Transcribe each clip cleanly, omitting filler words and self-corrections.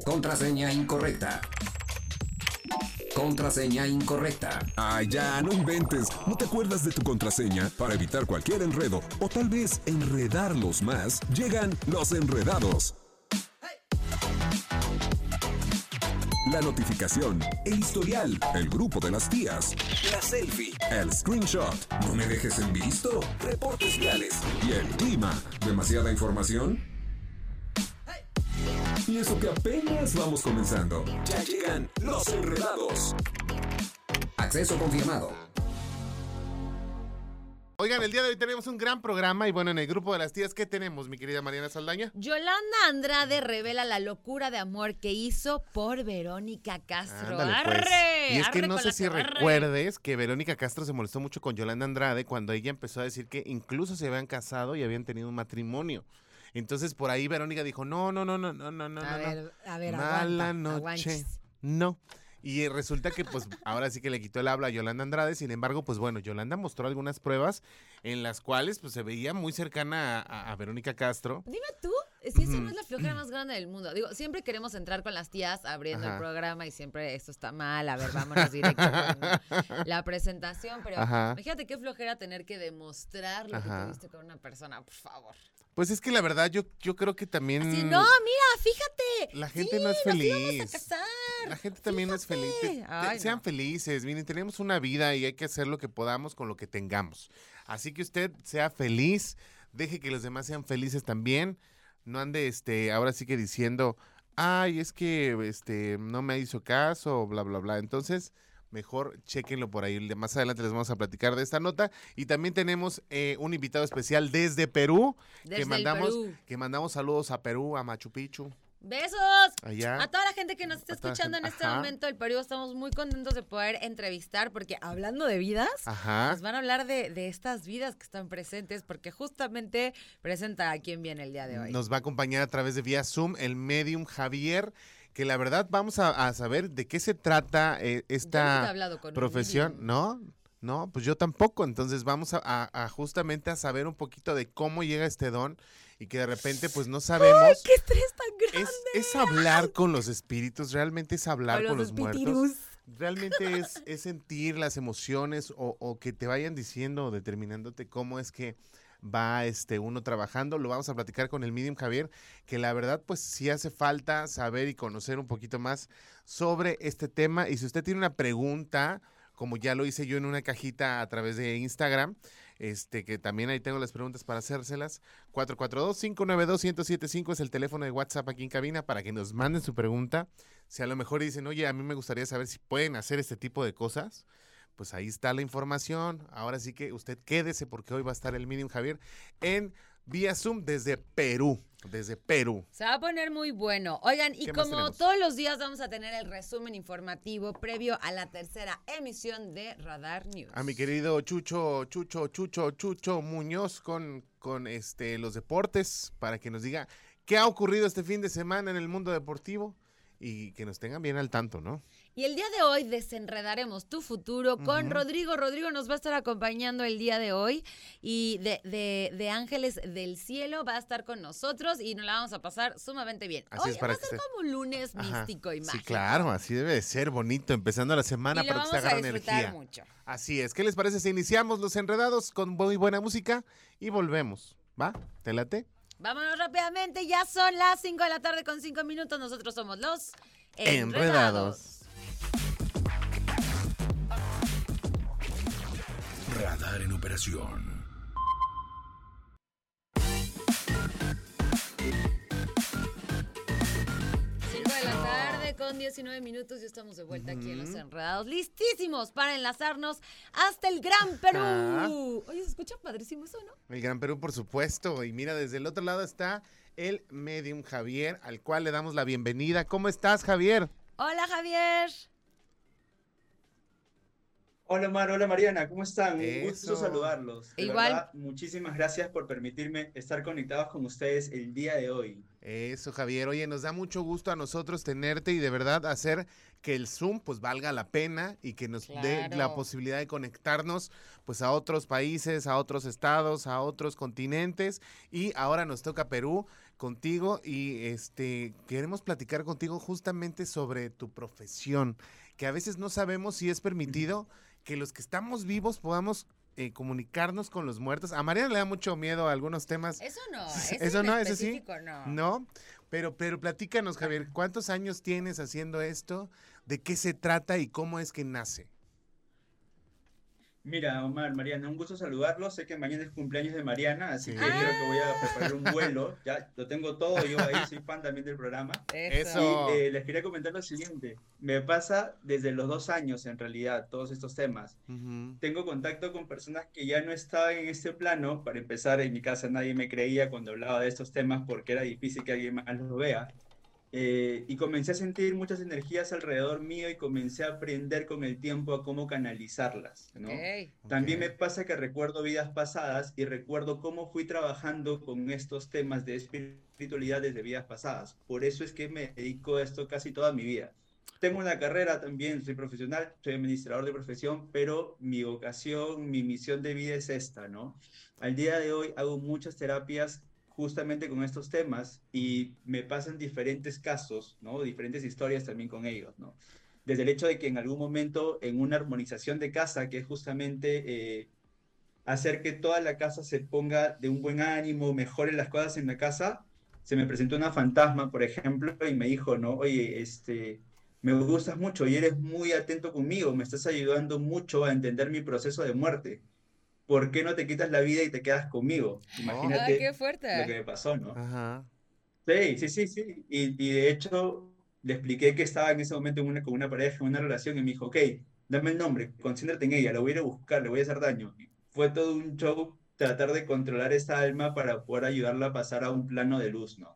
Contraseña incorrecta. Contraseña incorrecta. Ay, ya, no inventes. ¿No te acuerdas de tu contraseña? Para evitar cualquier enredo o tal vez enredarlos más, llegan los enredados. La notificación, el historial, el grupo de las tías, la selfie, el screenshot, no me dejes en visto, reportes viales y el clima. ¿Demasiada información? Y eso que apenas vamos comenzando. Ya llegan los enredados. Acceso confirmado. Oigan, el día de hoy tenemos un gran programa y bueno, en el grupo de las tías, ¿qué tenemos, mi querida Mariana Saldaña? Yolanda Andrade revela la locura de amor que hizo por Verónica Castro. Ándale, pues. ¡Arre! Y es que ¡Arre no con sé la si que arre! recuerdes que Verónica Castro se molestó mucho con Yolanda Andrade cuando ella empezó a decir que incluso se habían casado y habían tenido un matrimonio. Entonces por ahí Verónica dijo, no. A ver, Mala aguanta, noche. aguanches. No. Y resulta que pues ahora sí que le quitó el habla a Yolanda Andrade. Sin embargo, pues bueno, Yolanda mostró algunas pruebas en las cuales pues se veía muy cercana a Verónica Castro. Dime tú, si eso no es la flojera más grande del mundo. Digo, siempre queremos entrar con las tías abriendo Ajá. el programa y siempre esto está mal. A ver, vámonos directo con la presentación. Pero Ajá. imagínate qué flojera tener que demostrar lo que Ajá. tuviste con una persona, por favor. Pues es que la verdad yo creo que también Así, no, mira, fíjate. la gente sí, no es nos feliz. íbamos a casar. La gente también no es feliz. Ay, Sean no. felices. Miren, tenemos una vida y hay que hacer lo que podamos con lo que tengamos. Así que usted sea feliz, deje que los demás sean felices también. No ande ahora sí que diciendo, ay, es que no me hizo caso, bla, bla, bla. Entonces, mejor chéquenlo por ahí. Más adelante les vamos a platicar de esta nota. Y también tenemos un invitado especial desde Perú. Desde el Perú. Que mandamos saludos a Perú, a Machu Picchu. ¡Besos! Allá. A toda la gente que nos está A toda la escuchando en gente. este Ajá. momento del Perú, estamos muy contentos de poder entrevistar, porque hablando de vidas, Ajá. nos van a hablar de estas vidas que están presentes, porque justamente presenta a quién viene el día de hoy. Nos va a acompañar a través de vía Zoom el medium Javier, que la verdad vamos a saber de qué se trata Yo nunca he esta hablado con un profesión. medium. No, pues yo tampoco. Entonces vamos a justamente a saber un poquito de cómo llega este don y que de repente pues no sabemos. ¡Ay, qué estrés tan grande! Es hablar con los espíritus, realmente es hablar con los muertos. espíritus. Realmente es sentir las emociones o que te vayan diciendo o determinándote cómo es que va uno trabajando. Lo vamos a platicar con el medium Javier, que la verdad pues sí hace falta saber y conocer un poquito más sobre este tema. Y si usted tiene una pregunta, como ya lo hice yo en una cajita a través de Instagram, que también ahí tengo las preguntas para hacérselas, 442-592-1075 es el teléfono de WhatsApp aquí en cabina para que nos manden su pregunta. Si a lo mejor dicen, oye, a mí me gustaría saber si pueden hacer este tipo de cosas, pues ahí está la información. Ahora sí que usted quédese porque hoy va a estar el medium Javier en vía Zoom desde Perú. Desde Perú. Se va a poner muy bueno. Oigan, y ¿Qué más como tenemos? todos los días vamos a tener el resumen informativo previo a la tercera emisión de Radar News. A mi querido Chucho Muñoz con los deportes para que nos diga qué ha ocurrido este fin de semana en el mundo deportivo y que nos tengan bien al tanto, ¿no? Y el día de hoy desenredaremos tu futuro con Rodrigo. Rodrigo nos va a estar acompañando el día de hoy y de Ángeles del Cielo va a estar con nosotros y nos la vamos a pasar sumamente bien. Así Hoy es, para va a que ser esté- como un lunes Ajá. místico y mágico. Sí, claro, así debe de ser bonito, empezando la semana Y lo para que vamos usted a agarre disfrutar energía. mucho. Así es, ¿qué les parece si iniciamos los enredados con muy buena música y volvemos? ¿Va? ¿Te late? Vámonos rápidamente, ya son las 5 de la tarde con 5 minutos. Nosotros somos los Enredados. Radar en operación. 5 de la tarde con 19 minutos y estamos de vuelta aquí en Los Enredados, listísimos para enlazarnos hasta el Gran Perú. Ajá. Oye, se escucha padrísimo eso, ¿no? El Gran Perú, por supuesto. Y mira, desde el otro lado está el medium Javier, al cual le damos la bienvenida. ¿Cómo estás, Javier? Hola, Javier. Hola Mar, hola Mariana, ¿cómo están? Un gusto Eso. saludarlos. De Igual. verdad, muchísimas gracias por permitirme estar conectados con ustedes el día de hoy. Eso, Javier. Oye, nos da mucho gusto a nosotros tenerte y de verdad hacer que el Zoom pues valga la pena y que nos dé la Claro. posibilidad de conectarnos pues a otros países, a otros estados, a otros continentes y ahora nos toca Perú contigo y queremos platicar contigo justamente sobre tu profesión, que a veces no sabemos si es permitido que los que estamos vivos podamos comunicarnos con los muertos. A Mariana le da mucho miedo a algunos temas. Eso no, ese Eso en no, eso sí. específico no. No, pero platícanos, Javier, ¿cuántos años tienes haciendo esto? ¿De qué se trata y cómo es que nace? Mira, Omar, Mariana, un gusto saludarlos. Sé que mañana es cumpleaños de Mariana, así Sí. que creo que voy a preparar un vuelo. Ya lo tengo todo yo ahí, soy fan también del programa. Eso. Y les quería comentar lo siguiente. Me pasa desde los 2 años, en realidad, todos estos temas. Ujú. Tengo contacto con personas que ya no estaban en este plano. Para empezar, en mi casa nadie me creía cuando hablaba de estos temas porque era difícil que alguien más los vea. Y comencé a sentir muchas energías alrededor mío y comencé a aprender con el tiempo a cómo canalizarlas, ¿no? Ok. También me Ok. pasa que recuerdo vidas pasadas y recuerdo cómo fui trabajando con estos temas de espiritualidad desde vidas pasadas. Por eso es que me dedico a esto casi toda mi vida. Tengo una carrera también, soy profesional, soy administrador de profesión, pero mi vocación, mi misión de vida es esta, ¿no? Al día de hoy hago muchas terapias justamente con estos temas y me pasan diferentes casos, ¿no? Diferentes historias también con ellos, ¿no? Desde el hecho de que en algún momento en una armonización de casa, que es justamente hacer que toda la casa se ponga de un buen ánimo, mejoren las cosas en la casa, se me presentó una fantasma, por ejemplo, y me dijo, ¿no? Oye, me gustas mucho y eres muy atento conmigo, me estás ayudando mucho a entender mi proceso de muerte. ¿Por qué no te quitas la vida y te quedas conmigo? Oh, Ay, Imagínate qué lo que fuerte. me pasó, ¿no? ajá. Sí, sí, sí, sí. Y de hecho, le expliqué que estaba en ese momento con una pareja, en una relación, y me dijo, ok, dame el nombre, concéntrate en ella, la voy a ir a buscar, le voy a hacer daño. Y fue todo un show tratar de controlar esta alma para poder ayudarla a pasar a un plano de luz, ¿no?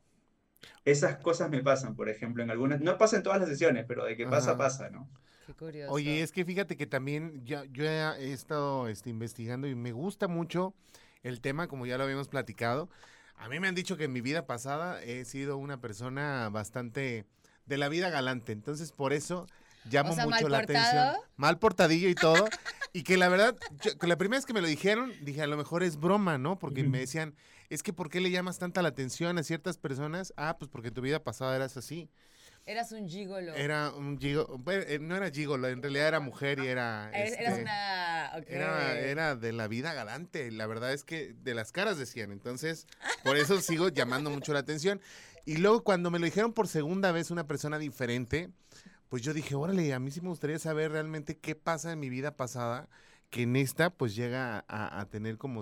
Esas cosas me pasan, por ejemplo, en algunas, no pasa en todas las sesiones, pero de que pasa, Ajá. pasa, ¿no? Qué Oye, curioso. es que fíjate que también yo he estado investigando y me gusta mucho el tema, como ya lo habíamos platicado. A mí me han dicho que en mi vida pasada he sido una persona bastante de la vida galante, entonces por eso O llamo sea, mal mucho la atención. portado. Mal portadillo y todo. Y que la verdad, que la primera vez que me lo dijeron, dije, a lo mejor es broma, ¿no? Porque me decían, es que ¿por qué le llamas tanta la atención a ciertas personas? Ah, pues porque en tu vida pasada eras así. Eras un gigolo. Era un gigolo, bueno, no era gigolo, en realidad era mujer y era, Eras una. Ok. era de la vida galante. La verdad es que de las caras decían. Entonces, por eso sigo llamando mucho la atención. Y luego cuando me lo dijeron por segunda vez una persona diferente, pues yo dije, órale, a mí sí me gustaría saber realmente qué pasa en mi vida pasada, que en esta pues llega a tener como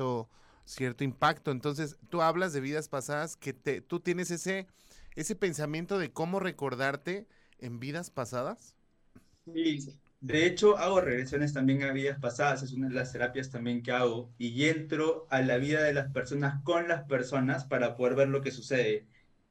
cierto impacto. Entonces, tú hablas de vidas pasadas que tú tienes ese pensamiento de cómo recordarte en vidas pasadas. Sí, de hecho hago regresiones también a vidas pasadas, es una de las terapias también que hago y entro a la vida de las personas con las personas para poder ver lo que sucede.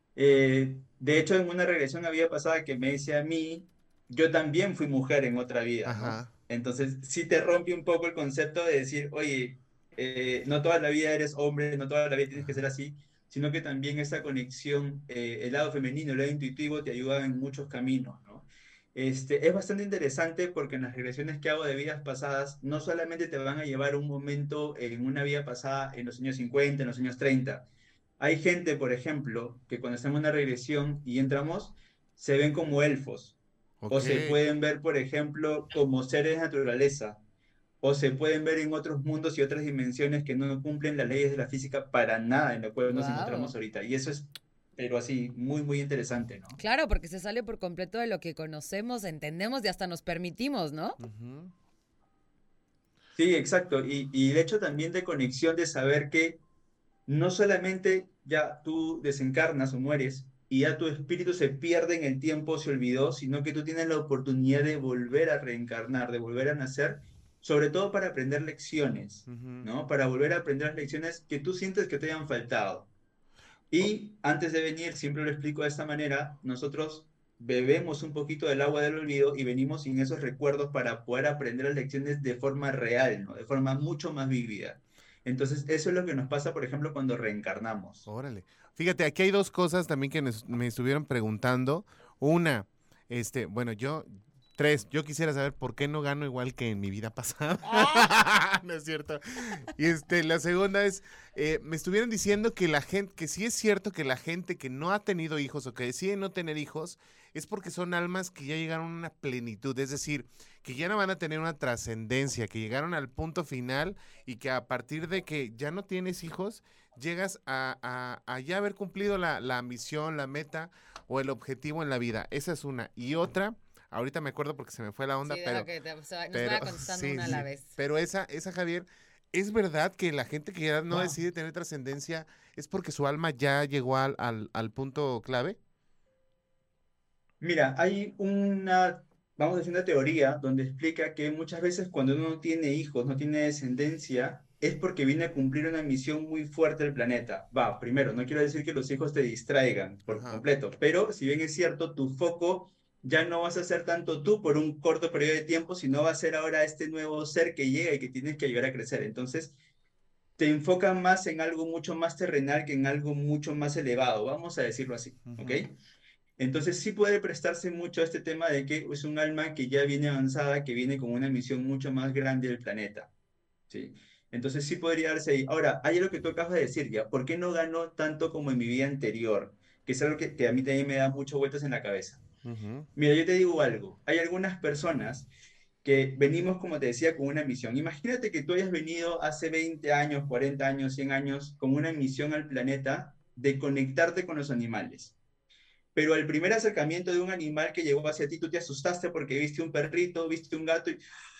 De hecho, en una regresión a vida pasada que me dice a mí, yo también fui mujer en otra vida, ¿no? Ajá. Entonces, sí te rompe un poco el concepto de decir, oye, no toda la vida eres hombre, no toda la vida tienes que ser así, sino que también esa conexión, el lado femenino, el lado intuitivo, te ayuda en muchos caminos, ¿no? Es bastante interesante porque en las regresiones que hago de vidas pasadas, no solamente te van a llevar un momento en una vida pasada en los años 50, en los años 30. Hay gente, por ejemplo, que cuando estamos en una regresión y entramos, se ven como elfos, o Ok. se pueden ver, por ejemplo, como seres de naturaleza, o se pueden ver en otros mundos y otras dimensiones que no cumplen las leyes de la física para nada en lo cual nos encontramos Wow. ahorita. Y eso es, pero así, muy, muy interesante, ¿no? Claro, porque se sale por completo de lo que conocemos, entendemos y hasta nos permitimos, ¿no? Ujú. Sí, exacto. Y el hecho también de conexión de saber que no solamente ya tú desencarnas o mueres y ya tu espíritu se pierde en el tiempo, se olvidó, sino que tú tienes la oportunidad de volver a reencarnar, de volver a nacer, sobre todo para aprender lecciones, Ujú. ¿no? Para volver a aprender las lecciones que tú sientes que te hayan faltado. O- Y antes de venir, siempre lo explico de esta manera, nosotros bebemos un poquito del agua del olvido y venimos sin esos recuerdos para poder aprender las lecciones de forma real, ¿no? De forma mucho más vívida. Entonces, eso es lo que nos pasa, por ejemplo, cuando reencarnamos. Órale. Fíjate, aquí hay dos cosas también que me estuvieron preguntando. Una, bueno, tres, yo quisiera saber por qué no gano igual que en mi vida pasada. No es cierto. Y la segunda es, me estuvieron diciendo que la gente, que sí es cierto que la gente que no ha tenido hijos o que decide no tener hijos, es porque son almas que ya llegaron a una plenitud, es decir, que ya no van a tener una trascendencia, que llegaron al punto final y que a partir de que ya no tienes hijos, llegas a ya haber cumplido la misión, la meta o el objetivo en la vida. Esa es una. Y otra, ahorita me acuerdo porque se me fue la onda, Sí, pero... nos vaya contestando sí, una a sí. la vez. Pero esa, Javier, ¿es verdad que la gente que ya no decide tener trascendencia es porque su alma ya llegó al punto clave? Mira, hay vamos a decir, una teoría donde explica que muchas veces cuando uno no tiene hijos, no tiene descendencia, es porque viene a cumplir una misión muy fuerte del planeta. Va, primero, no quiero decir que los hijos te distraigan por Ajá. completo, pero si bien es cierto, tu foco ya no vas a ser tanto tú por un corto periodo de tiempo, sino va a ser ahora este nuevo ser que llega y que tienes que ayudar a crecer. Entonces, te enfocan más en algo mucho más terrenal que en algo mucho más elevado, vamos a decirlo así, ¿ok? Ujú. Entonces sí puede prestarse mucho a este tema de que es un alma que ya viene avanzada, que viene con una misión mucho más grande del planeta, ¿sí? Entonces sí podría darse ahí. Ahora, hay algo que tú acabas de decir ya, ¿por qué no ganó tanto como en mi vida anterior? Que es algo que a mí también me da muchas vueltas en la cabeza. Ujú. Mira, yo te digo algo, hay algunas personas que venimos, como te decía, con una misión. Imagínate que tú hayas venido hace 20 años, 40 años, 100 años, con una misión al planeta de conectarte con los animales. Pero al primer acercamiento de un animal que llegó hacia ti, tú te asustaste porque viste un perrito, viste un gato y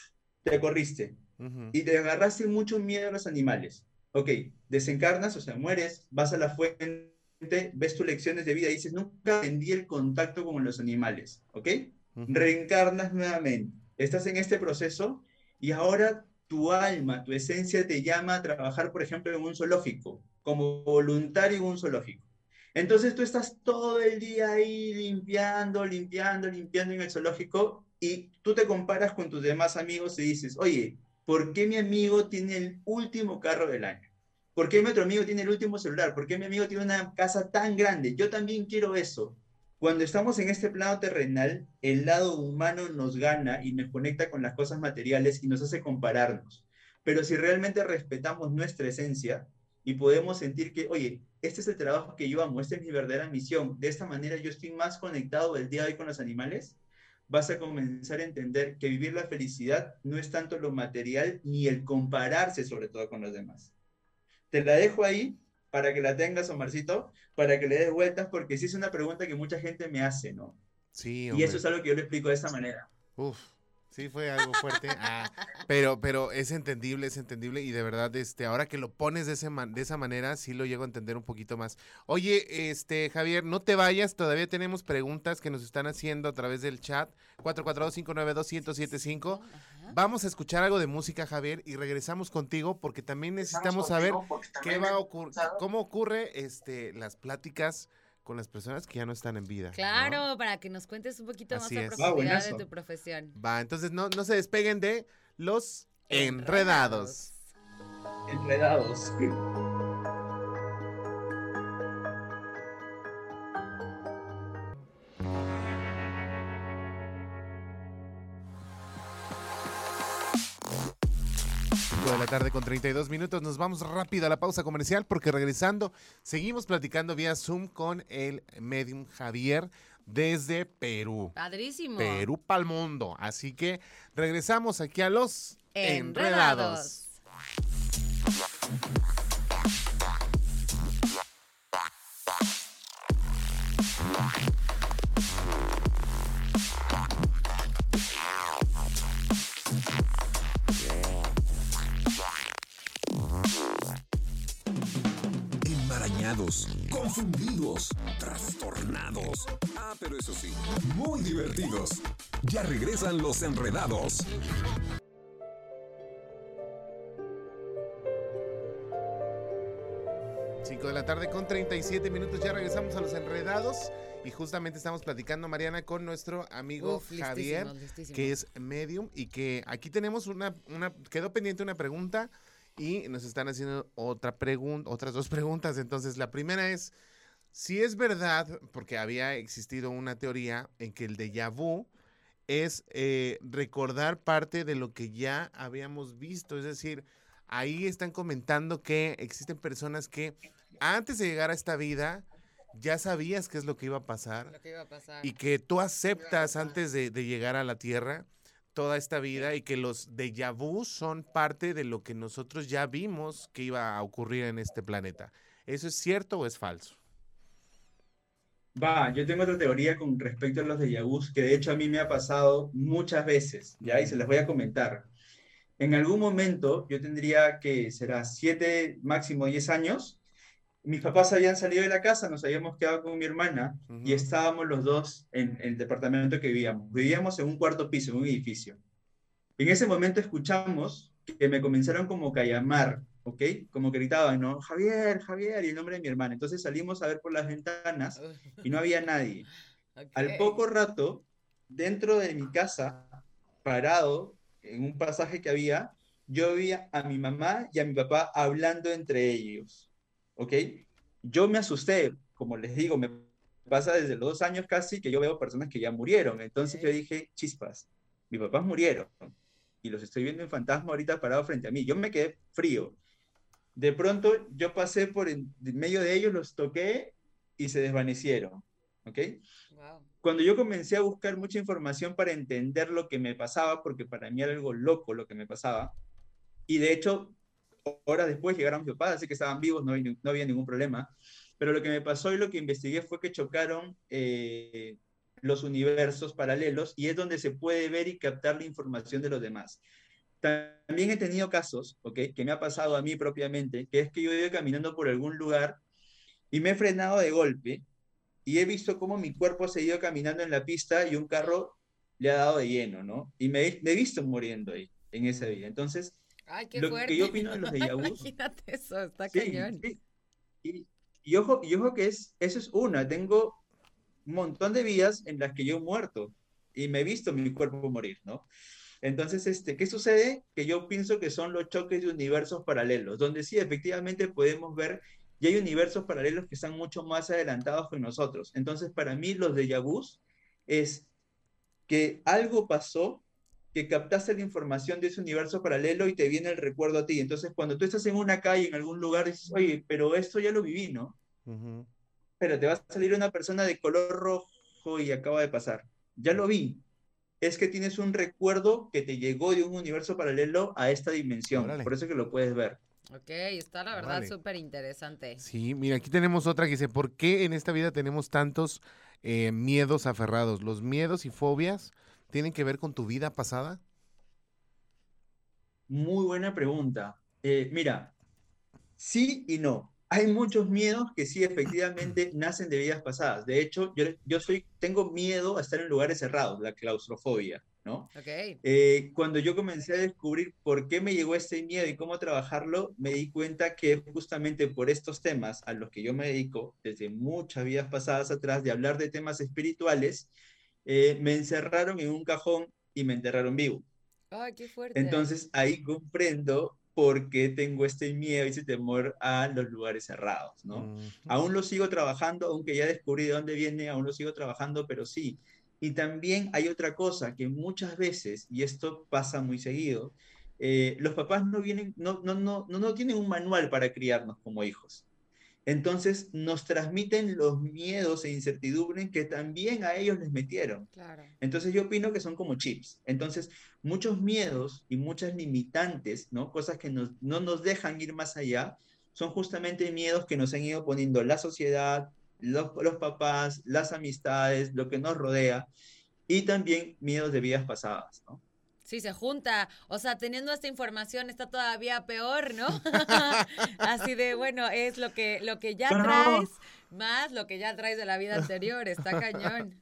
te corriste. Ujú. Y te agarraste mucho miedo a los animales. Ok, desencarnas, o sea, mueres, vas a la fuente, ves tus lecciones de vida y dices, nunca aprendí el contacto con los animales. Ok, Ujú. reencarnas nuevamente. Estás en este proceso y ahora tu alma, tu esencia te llama a trabajar, por ejemplo, en un zoológico, como voluntario en un zoológico. Entonces tú estás todo el día ahí limpiando, limpiando, limpiando en el zoológico y tú te comparas con tus demás amigos y dices, oye, ¿por qué mi amigo tiene el último carro del año? ¿Por qué mi otro amigo tiene el último celular? ¿Por qué mi amigo tiene una casa tan grande? Yo también quiero eso. Cuando estamos en este plano terrenal, el lado humano nos gana y nos conecta con las cosas materiales y nos hace compararnos. Pero si realmente respetamos nuestra esencia, y podemos sentir que, oye, este es el trabajo que yo amo, esta es mi verdadera misión, de esta manera yo estoy más conectado el día de hoy con los animales, vas a comenzar a entender que vivir la felicidad no es tanto lo material ni el compararse sobre todo con los demás. Te la dejo ahí para que la tengas, Omarcito, para que le des vueltas, porque sí es una pregunta que mucha gente me hace, ¿no? Sí, Y eso hombre. es algo que yo le explico de esta manera. Uf, sí fue algo fuerte. Pero es entendible y de verdad, ahora que lo pones de esa manera, sí lo llego a entender un poquito más. Oye, Javier, no te vayas, todavía tenemos preguntas que nos están haciendo a través del chat, 442-592-1075. Ajá. Vamos a escuchar algo de música, Javier, y regresamos contigo porque también necesitamos saber qué va a ocurrir, cómo ocurre, las pláticas con las personas que ya no están en vida, ¿no? Claro, para que nos cuentes un poquito Así más a es. profundidad de buenazo. tu profesión. Va, entonces no se despeguen de los enredados. Enredados. 5 de la tarde con 32 minutos. Nos vamos rápido a la pausa comercial porque regresando seguimos platicando vía Zoom con el medium Javier desde Perú. Padrísimo. Perú pa'l mundo. Así que regresamos aquí a los Enredados. Enmarañados, confundidos, trastornados. Ah, pero eso sí, muy divertidos. Ya regresan los enredados. 5 de la tarde con 37 minutos, ya regresamos a los enredados Y justamente estamos platicando, Mariana, con nuestro amigo Javier, listísimos. que es medium, y que aquí tenemos quedó pendiente una pregunta y nos están haciendo otras dos preguntas. Entonces, la primera es, si es verdad, porque había existido una teoría en que el déjà vu es recordar parte de lo que ya habíamos visto. Es decir, ahí están comentando que existen personas que antes de llegar a esta vida ya sabías qué es lo que iba a pasar, y que tú aceptas antes de llegar a la Tierra toda esta vida, y que los déjà vu son parte de lo que nosotros ya vimos que iba a ocurrir en este planeta. ¿Eso es cierto o es falso? Yo tengo otra teoría con respecto a los déjà vus, que de hecho a mí me ha pasado muchas veces, ¿ya? Y se las voy a comentar. En algún momento, yo tendría que, será 7, máximo 10 años, mis papás habían salido de la casa, nos habíamos quedado con mi hermana y estábamos los dos en el departamento que vivíamos. Vivíamos en un cuarto piso, en un edificio. En ese momento escuchamos que me comenzaron como que a llamar, ¿ok? Como que gritaban, ¿no? Javier, Javier, y el nombre de mi hermana. Entonces salimos a ver por las ventanas y no había nadie. Al poco rato, dentro de mi casa, parado en un pasaje que había, yo veía a mi mamá y a mi papá hablando entre ellos, ¿ok? Yo me asusté, como les digo, me pasa desde los 2 años casi que yo veo personas que ya murieron. Entonces yo dije, chispas, mis papás murieron y los estoy viendo en fantasma ahorita parado frente a mí. Yo me quedé frío. De pronto yo pasé por en medio de ellos, los toqué y se desvanecieron, ¿ok? Wow. Cuando yo comencé a buscar mucha información para entender lo que me pasaba, porque para mí era algo loco lo que me pasaba, y de hecho, horas después llegaron mis papás, así que estaban vivos, no había ningún problema, pero lo que me pasó y lo que investigué fue que chocaron los universos paralelos, y es donde se puede ver y captar la información de los demás. También he tenido casos, ¿ok?, que me ha pasado a mí propiamente, que es que yo iba caminando por algún lugar y me he frenado de golpe, y he visto cómo mi cuerpo ha seguido caminando en la pista y un carro le ha dado de lleno, ¿no? Y me he visto muriendo ahí, en esa vida. Entonces, Ay, qué lo fuerte. que yo opino de los déjà vus... Imagínate eso, está Sí, cañón. sí. Y ojo que eso es una. Tengo un montón de vidas en las que yo he muerto y me he visto mi cuerpo morir, ¿no? Entonces, ¿qué sucede? Que yo pienso que son los choques de universos paralelos, donde sí, efectivamente podemos ver, y hay universos paralelos que están mucho más adelantados que nosotros. Entonces, para mí, los déjà vus es que algo pasó, que captaste la información de ese universo paralelo y te viene el recuerdo a ti. Entonces, cuando tú estás en una calle, en algún lugar, dices, oye, pero esto ya lo viví, ¿no? Pero te va a salir una persona de color rojo y acaba de pasar. Ya lo vi. Es que tienes un recuerdo que te llegó de un universo paralelo a esta dimensión. Órale. Por eso que lo puedes ver. Ok, está la verdad Vale. súper interesante. Sí, mira, aquí tenemos otra que dice, ¿por qué en esta vida tenemos tantos miedos aferrados? ¿Los miedos y fobias tienen que ver con tu vida pasada? Muy buena pregunta. Mira, sí y no. Hay muchos miedos que sí efectivamente nacen de vidas pasadas. De hecho, tengo miedo a estar en lugares cerrados, la claustrofobia, ¿no? Ok. Cuando yo comencé a descubrir por qué me llegó este miedo y cómo trabajarlo, me di cuenta que justamente por estos temas a los que yo me dedico desde muchas vidas pasadas atrás, de hablar de temas espirituales, me encerraron en un cajón y me enterraron vivo. Ay, qué fuerte. Entonces ahí comprendo por qué tengo este miedo y ese temor a los lugares cerrados, ¿no? Aún lo sigo trabajando, aunque ya descubrí de dónde viene, aún lo sigo trabajando, pero sí. Y también hay otra cosa que muchas veces, y esto pasa muy seguido, los papás no tienen un manual para criarnos como hijos. Entonces nos transmiten los miedos e incertidumbres que también a ellos les metieron. Claro. Entonces yo opino que son como chips. Entonces muchos miedos y muchas limitantes, ¿no? Cosas que no nos dejan ir más allá, son justamente miedos que nos han ido poniendo la sociedad, los papás, las amistades, lo que nos rodea, y también miedos de vidas pasadas, ¿no? Sí, se junta. O sea, teniendo esta información está todavía peor, ¿no? Así de, bueno, es lo que ya Pero no. traes, más lo que ya traes de la vida anterior. Está cañón.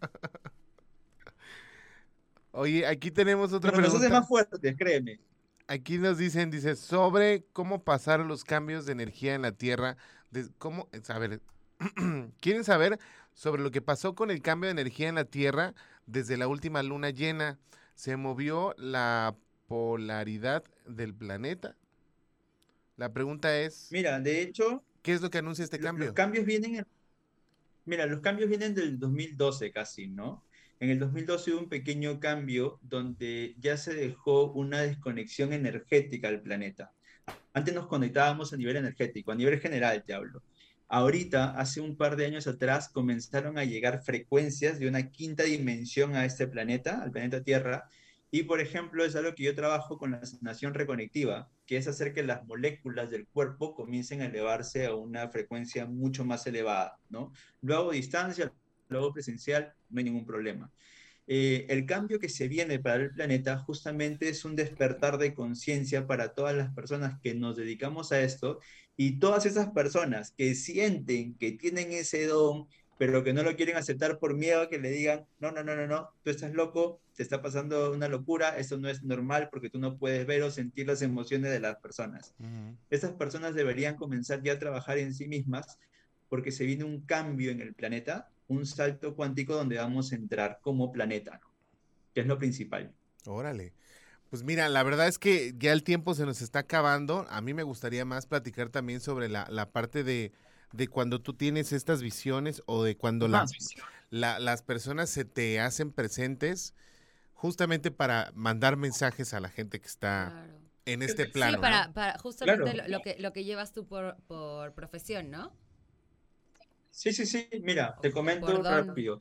Oye, aquí tenemos otra Pero nos hace pregunta. más fuertes, créeme. Aquí nos dice, sobre cómo pasar los cambios de energía en la Tierra. A ver, quieren saber sobre lo que pasó con el cambio de energía en la Tierra desde la última luna llena. ¿Se movió la polaridad del planeta? La pregunta es, Mira, de hecho, ¿qué es lo que anuncia este los cambio? cambios vienen, mira, los cambios vienen del 2012 casi, ¿no? En el 2012 hubo un pequeño cambio donde ya se dejó una desconexión energética al planeta. Antes nos conectábamos a nivel energético, a nivel general te hablo. Ahorita, hace un par de años atrás, comenzaron a llegar frecuencias de una quinta dimensión a este planeta, al planeta Tierra, y por ejemplo es algo que yo trabajo con la sanación reconectiva, que es hacer que las moléculas del cuerpo comiencen a elevarse a una frecuencia mucho más elevada, ¿no? Lo hago a distancia, lo hago presencial, no hay ningún problema. El cambio que se viene para el planeta justamente es un despertar de conciencia para todas las personas que nos dedicamos a esto y todas esas personas que sienten que tienen ese don, pero que no lo quieren aceptar por miedo a que le digan, no, no, no, no, no, tú estás loco, te está pasando una locura, esto no es normal porque tú no puedes ver o sentir las emociones de las personas. Esas personas deberían comenzar ya a trabajar en sí mismas porque se viene un cambio en el planeta, un salto cuántico donde vamos a entrar como planeta, ¿no? Que es lo principal. Órale. Pues mira, la verdad es que ya el tiempo se nos está acabando. A mí me gustaría más platicar también sobre la parte de cuando tú tienes estas visiones o de cuando las personas se te hacen presentes justamente para mandar mensajes a la gente que está Claro. en este plano. Sí, para justamente Claro. lo que llevas tú por profesión, ¿no? Sí, sí, sí, mira, te Por comento don. rápido.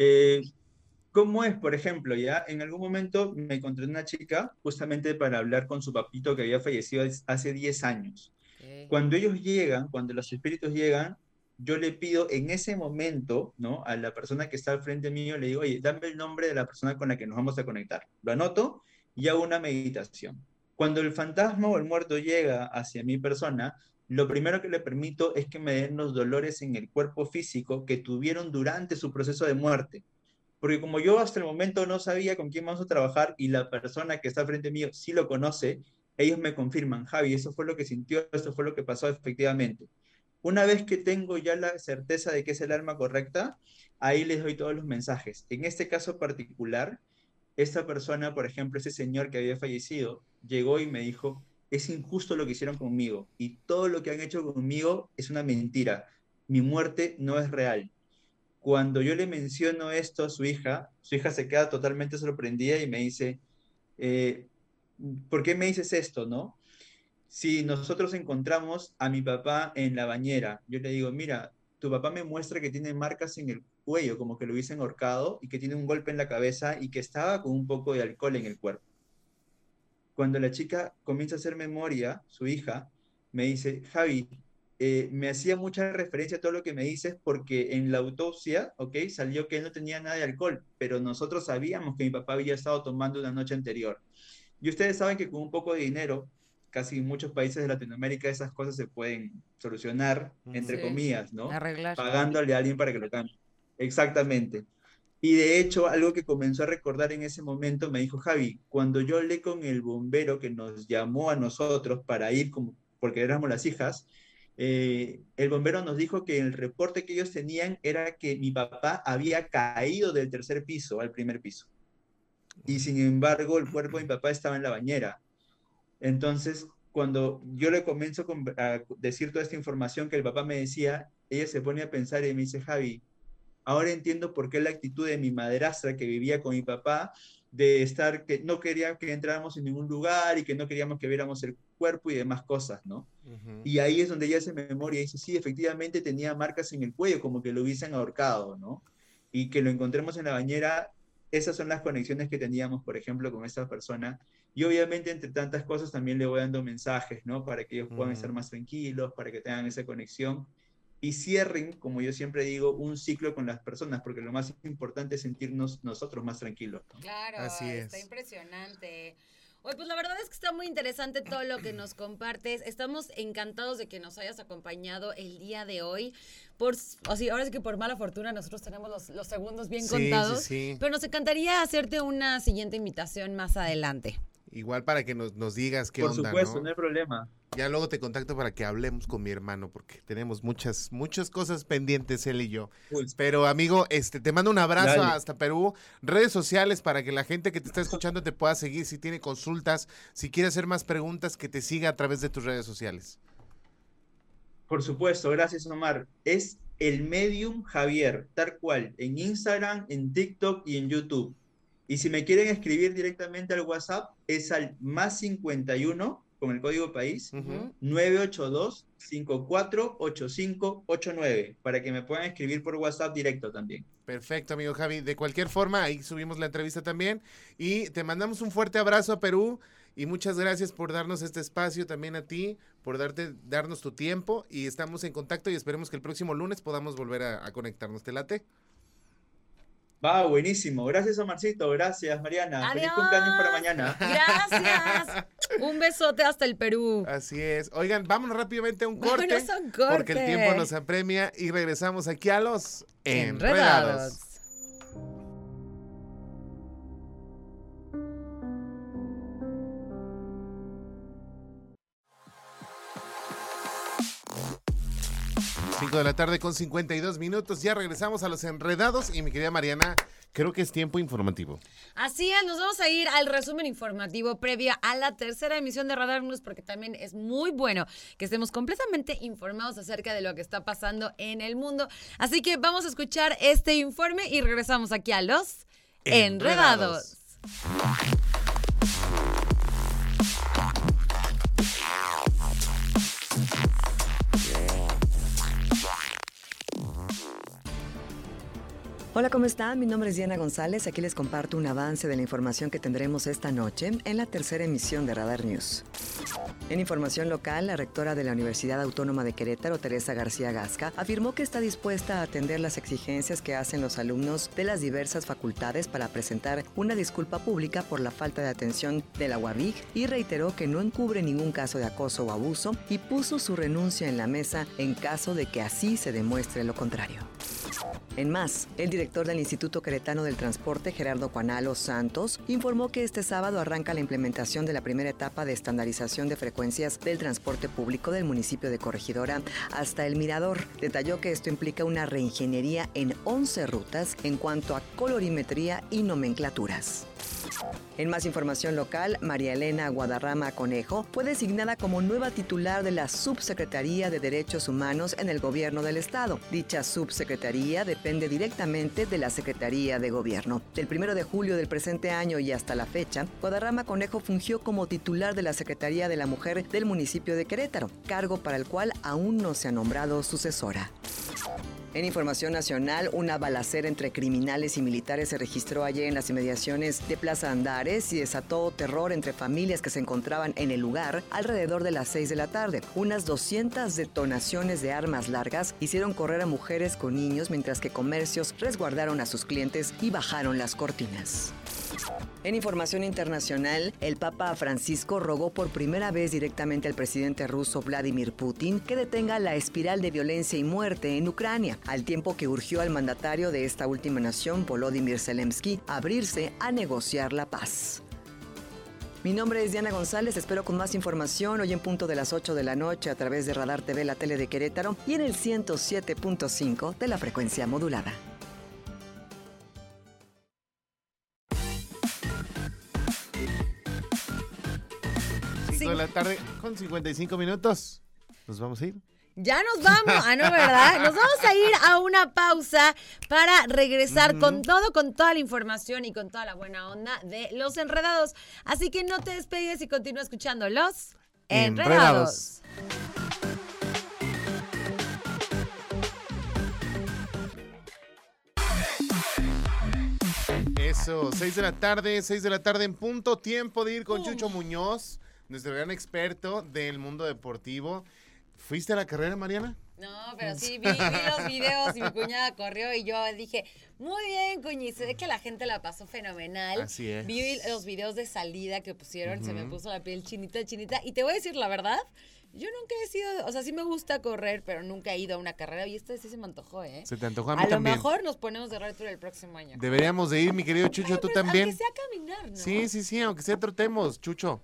¿Cómo es, por ejemplo, ya? En algún momento me encontré una chica justamente para hablar con su papito que había fallecido hace 10 años. Ok. Cuando ellos llegan, cuando los espíritus llegan, yo le pido en ese momento, ¿no? A la persona que está al frente mío, le digo, oye, dame el nombre de la persona con la que nos vamos a conectar. Lo anoto y hago una meditación. Cuando el fantasma o el muerto llega hacia mi persona, lo primero que le permito es que me den los dolores en el cuerpo físico que tuvieron durante su proceso de muerte. Porque como yo hasta el momento no sabía con quién vamos a trabajar y la persona que está al frente mío sí lo conoce, ellos me confirman, Javi, eso fue lo que sintió, eso fue lo que pasó efectivamente. Una vez que tengo ya la certeza de que es el alma correcta, ahí les doy todos los mensajes. En este caso particular, esta persona, por ejemplo, ese señor que había fallecido, llegó y me dijo, es injusto lo que hicieron conmigo y todo lo que han hecho conmigo es una mentira. Mi muerte no es real. Cuando yo le menciono esto a su hija se queda totalmente sorprendida y me dice, eh, ¿por qué me dices esto, no? Si nosotros encontramos a mi papá en la bañera, yo le digo, mira, tu papá me muestra que tiene marcas en el cuello, como que lo hubiesen ahorcado, y que tiene un golpe en la cabeza y que estaba con un poco de alcohol en el cuerpo. Cuando la chica comienza a hacer memoria, su hija, me dice, Javi, me hacía mucha referencia a todo lo que me dices porque en la autopsia, ¿ok? Salió que él no tenía nada de alcohol, pero nosotros sabíamos que mi papá había estado tomando una noche anterior. Y ustedes saben que con un poco de dinero, casi en muchos países de Latinoamérica, esas cosas se pueden solucionar, entre Sí, comillas, ¿no? arreglar. Pagándole a alguien para que lo cambie. Exactamente. Y de hecho, algo que comenzó a recordar en ese momento, me dijo, Javi, cuando yo hablé con el bombero que nos llamó a nosotros para ir, como, porque éramos las hijas, el bombero nos dijo que el reporte que ellos tenían era que mi papá había caído del tercer piso al primer piso. Y sin embargo, el cuerpo de mi papá estaba en la bañera. Entonces, cuando yo le comienzo a decir toda esta información que el papá me decía, ella se pone a pensar y me dice, Javi, ahora entiendo por qué la actitud de mi madrastra que vivía con mi papá, de estar, que no quería que entráramos en ningún lugar y que no queríamos que viéramos el cuerpo y demás cosas, ¿no? Y ahí es donde ella hace memoria y dice, sí, efectivamente tenía marcas en el cuello, como que lo hubiesen ahorcado, ¿no? Y que lo encontremos en la bañera, esas son las conexiones que teníamos, por ejemplo, con esta persona. Y obviamente, entre tantas cosas, también le voy dando mensajes, ¿no? Para que ellos puedan estar más tranquilos, para que tengan esa conexión y cierren, como yo siempre digo, un ciclo con las personas, porque lo más importante es sentirnos nosotros más tranquilos, ¿no? Claro, Así está es. impresionante. Oye, pues la verdad es que está muy interesante todo lo que nos compartes. Estamos encantados de que nos hayas acompañado el día de hoy. Ahora sí que por mala fortuna nosotros tenemos los segundos bien contados. Sí. Pero nos encantaría hacerte una siguiente invitación más adelante. Igual para que nos digas qué Por onda, supuesto, ¿no? no hay problema. Ya luego te contacto para que hablemos con mi hermano, porque tenemos muchas cosas pendientes él y yo. Uy, Pero amigo, te mando un abrazo Dale. hasta Perú. Redes sociales para que la gente que te está escuchando te pueda seguir si tiene consultas, si quiere hacer más preguntas, que te siga a través de tus redes sociales. Por supuesto, gracias Omar. Es el Medium Javier, tal cual, en Instagram, en TikTok y en YouTube. Y si me quieren escribir directamente al WhatsApp, es al +51 con el código país, Ujú. 982-548589, para que me puedan escribir por WhatsApp directo también. Perfecto, amigo Javi. De cualquier forma, ahí subimos la entrevista también. Y te mandamos un fuerte abrazo a Perú. Y muchas gracias por darnos este espacio, también a ti, por darnos tu tiempo. Y estamos en contacto y esperemos que el próximo lunes podamos volver a conectarnos. ¿Te late? Va, buenísimo. Gracias, Omarcito. Gracias, Mariana. Feliz cumpleaños para mañana. Gracias. Un besote hasta el Perú. Así es. Oigan, vámonos rápidamente a un corte. Vámonos a un corte. Porque el tiempo nos apremia y regresamos aquí a los Enredados. Enredados. Cinco de la tarde con 52 minutos. Ya regresamos a los Enredados. Y mi querida Mariana, creo que es tiempo informativo. Así es, nos vamos a ir al resumen informativo previa a la tercera emisión de Radar News, porque también es muy bueno que estemos completamente informados acerca de lo que está pasando en el mundo. Así que vamos a escuchar este informe y regresamos aquí a los Enredados. Hola, ¿cómo están? Mi nombre es Diana González. Aquí les comparto un avance de la información que tendremos esta noche en la tercera emisión de Radar News. En información local, la rectora de la Universidad Autónoma de Querétaro, Teresa García Gasca, afirmó que está dispuesta a atender las exigencias que hacen los alumnos de las diversas facultades para presentar una disculpa pública por la falta de atención de la UABIG y reiteró que no encubre ningún caso de acoso o abuso y puso su renuncia en la mesa en caso de que así se demuestre lo contrario. En más, el director del Instituto Queretano del Transporte, Gerardo Cuanalo Santos, informó que este sábado arranca la implementación de la primera etapa de estandarización de frecuencias del transporte público del municipio de Corregidora hasta El Mirador. Detalló que esto implica una reingeniería en 11 rutas en cuanto a colorimetría y nomenclaturas. En más información local, María Elena Guadarrama Conejo fue designada como nueva titular de la Subsecretaría de Derechos Humanos en el Gobierno del Estado. Dicha subsecretaría depende directamente de la Secretaría de Gobierno. Del 1 de julio del presente año y hasta la fecha, Guadarrama Conejo fungió como titular de la Secretaría de la Mujer del municipio de Querétaro, cargo para el cual aún no se ha nombrado sucesora. En información nacional, una balacera entre criminales y militares se registró ayer en las inmediaciones de Plaza Andares y desató terror entre familias que se encontraban en el lugar alrededor de las 6 de la tarde. Unas 200 detonaciones de armas largas hicieron correr a mujeres con niños, mientras que comercios resguardaron a sus clientes y bajaron las cortinas. En información internacional, el Papa Francisco rogó por primera vez directamente al presidente ruso Vladimir Putin que detenga la espiral de violencia y muerte en Ucrania, al tiempo que urgió al mandatario de esta última nación, Volodymyr Zelensky, a abrirse a negociar la paz. Mi nombre es Diana González, espero con más información hoy en punto de las 8 de la noche a través de Radar TV, la tele de Querétaro y en el 107.5 de la frecuencia modulada. 5 de la tarde con 55 minutos. ¿Nos vamos a ir? Ya nos vamos, no, ¿verdad? Nos vamos a ir a una pausa para regresar con toda la información y con toda la buena onda de Los Enredados. Así que no te despegues y continúa escuchando Los Enredados. Eso, 6 de la tarde en punto, tiempo de ir con Chucho Muñoz, nuestro gran experto del mundo deportivo. ¿Fuiste a la carrera, Mariana? No, pero sí, vi los videos y mi cuñada corrió y yo dije, muy bien, cuñi, se ve que la gente la pasó fenomenal. Así es. Vi los videos de salida que pusieron, se me puso la piel chinita, y te voy a decir la verdad, yo nunca he sido, o sea, sí me gusta correr, pero nunca he ido a una carrera y esta sí se me antojó, ¿eh? Se te antojó a mí A lo también. mejor nos ponemos de reto el próximo año. Deberíamos de ir, mi querido Chucho, Ay, tú pero también. Aunque sea caminar, ¿no? Sí, aunque sea trotemos, Chucho.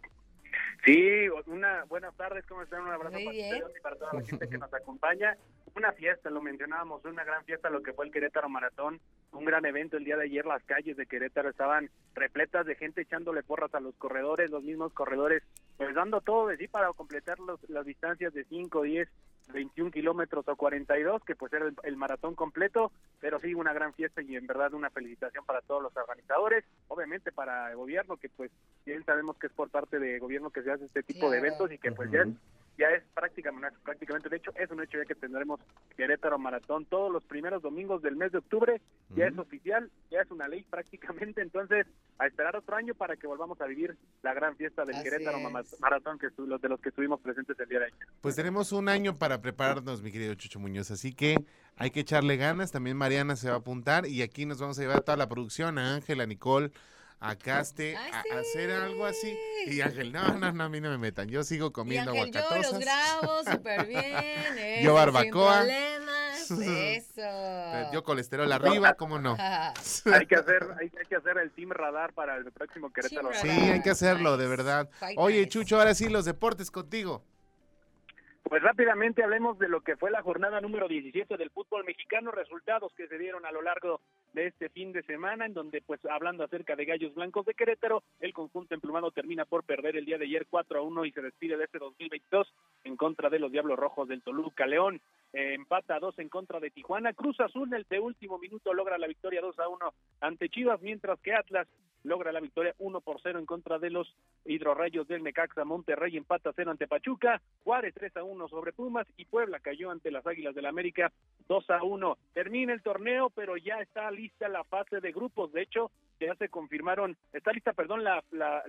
Sí, buenas tardes, ¿cómo están? Un abrazo Muy para bien. ustedes y para toda la gente que nos acompaña. Una fiesta, lo mencionábamos, una gran fiesta lo que fue el Querétaro Maratón, un gran evento el día de ayer. Las calles de Querétaro estaban repletas de gente echándole porras a los corredores, los mismos corredores, pues dando todo de sí para completar las distancias de 5, 10, 21 kilómetros o 42, que pues era el maratón completo, pero sí una gran fiesta y en verdad una felicitación para todos los organizadores, obviamente para el gobierno, que pues bien sabemos que es por parte de gobierno que se hace este tipo de eventos y que pues ya es prácticamente, de hecho es un hecho ya que tendremos Querétaro Maratón todos los primeros domingos del mes de octubre, ya es oficial, ya es una ley prácticamente, entonces a esperar otro año para que volvamos a vivir la gran fiesta del Así Querétaro es. Maratón, que de los que estuvimos presentes el día de ayer. Pues tenemos un año para prepararnos, mi querido Chucho Muñoz, así que hay que echarle ganas. También Mariana se va a apuntar y aquí nos vamos a llevar a toda la producción, a Ángel, a Nicole, a Caste, Ay, a sí. hacer algo así. Y Ángel, no, a mí no me metan, yo sigo Y comiendo Ángel, yo aguacatosas. los grabo súper bien. Yo barbacoa. Sin problemas, eso. Yo colesterol arriba, ¿cómo no? Hay que hacer el team radar para el próximo Querétaro. Team Sí, radar. hay que hacerlo, Nice. de verdad. Quite Oye, nice. Chucho, ahora sí, los deportes contigo. Pues rápidamente hablemos de lo que fue la jornada número 17 del fútbol mexicano, resultados que se dieron a lo largo de este fin de semana, en donde pues hablando acerca de Gallos Blancos de Querétaro, el conjunto emplumado termina por perder el día de ayer 4-1 y se despide de este 2022 en contra de los Diablos Rojos del Toluca. León empata 2 en contra de Tijuana. Cruz Azul en el de último minuto logra la victoria 2-1 ante Chivas, mientras que Atlas logra la victoria 1-0 en contra de los Hidrorrayos del Necaxa. Monterrey empata 0 ante Pachuca, Juárez 3-1 sobre Pumas y Puebla cayó ante las Águilas del América 2-1. Termina el torneo, pero ya está lista la fase de grupos. De hecho, ya se confirmaron, está lista, perdón, la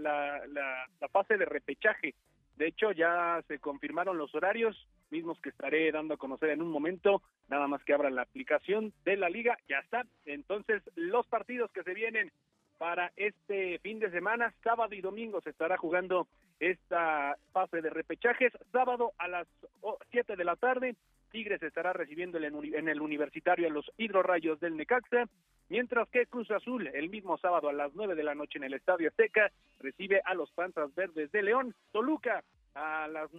fase de repechaje. De hecho, ya se confirmaron los horarios, mismos que estaré dando a conocer en un momento, nada más que abra la aplicación de la liga, ya está. Entonces, los partidos que se vienen para este fin de semana, sábado y domingo se estará jugando esta fase de repechajes. Sábado a las 7 de la tarde, Tigres estará recibiendo en el Universitario a los Hidrorrayos del Necaxa, mientras que Cruz Azul el mismo sábado a las 9 de la noche en el Estadio Azteca recibe a los Panzas Verdes de León. Toluca a las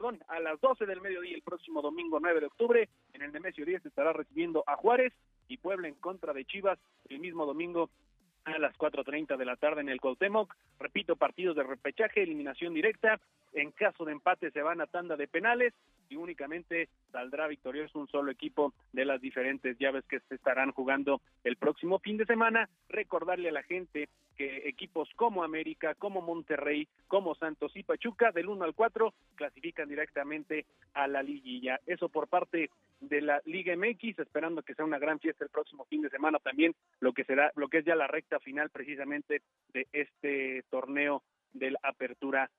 12 del mediodía el próximo domingo 9 de octubre en el Nemesio 10 estará recibiendo a Juárez, y Puebla en contra de Chivas el mismo domingo a las 4:30 de la tarde en el Cuauhtémoc. Repito, partidos de repechaje, eliminación directa. En caso de empate se van a tanda de penales y únicamente saldrá victorioso un solo equipo de las diferentes llaves que se estarán jugando el próximo fin de semana. Recordarle a la gente que equipos como América, como Monterrey, como Santos y Pachuca, del 1 al 4, clasifican directamente a la liguilla. Eso por parte de la Liga MX, esperando que sea una gran fiesta el próximo fin de semana también, lo que es ya la recta final precisamente de este torneo de la Apertura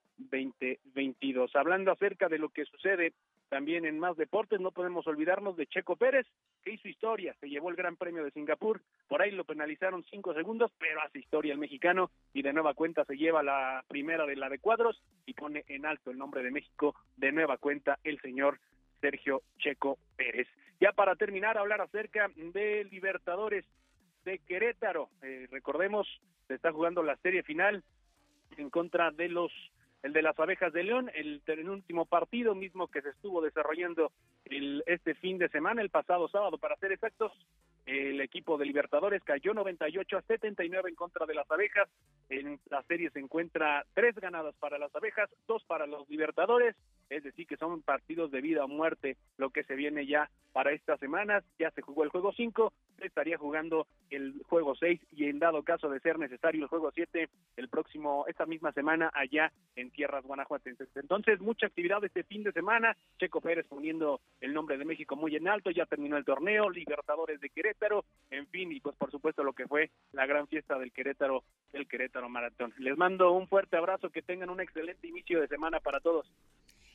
2022. Hablando acerca de lo que sucede también en más deportes, no podemos olvidarnos de Checo Pérez, que hizo historia, se llevó el Gran Premio de Singapur, por ahí lo penalizaron 5 segundos, pero hace historia el mexicano y de nueva cuenta se lleva la primera de la de cuadros y pone en alto el nombre de México, de nueva cuenta el señor Sergio Checo Pérez. Ya para terminar, hablar acerca de Libertadores de Querétaro. Recordemos, se está jugando la serie final en contra de el de las Abejas de León, el último partido mismo que se estuvo desarrollando este fin de semana, el pasado sábado para ser exactos. El equipo de Libertadores cayó 98-79 en contra de las Abejas. En la serie se encuentra 3 ganadas para las Abejas, 2 para los Libertadores, es decir que son partidos de vida o muerte lo que se viene ya para estas semanas. Ya se jugó el juego 5, se estaría jugando el juego 6 y en dado caso de ser necesario el juego 7 esta misma semana allá en tierras guanajuatenses. Entonces, mucha actividad este fin de semana. Checo Pérez poniendo el nombre de México muy en alto, ya terminó el torneo, Libertadores de Querétaro, en fin, y pues por supuesto lo que fue la gran fiesta del Querétaro Maratón. Les mando un fuerte abrazo, que tengan un excelente inicio de semana para todos.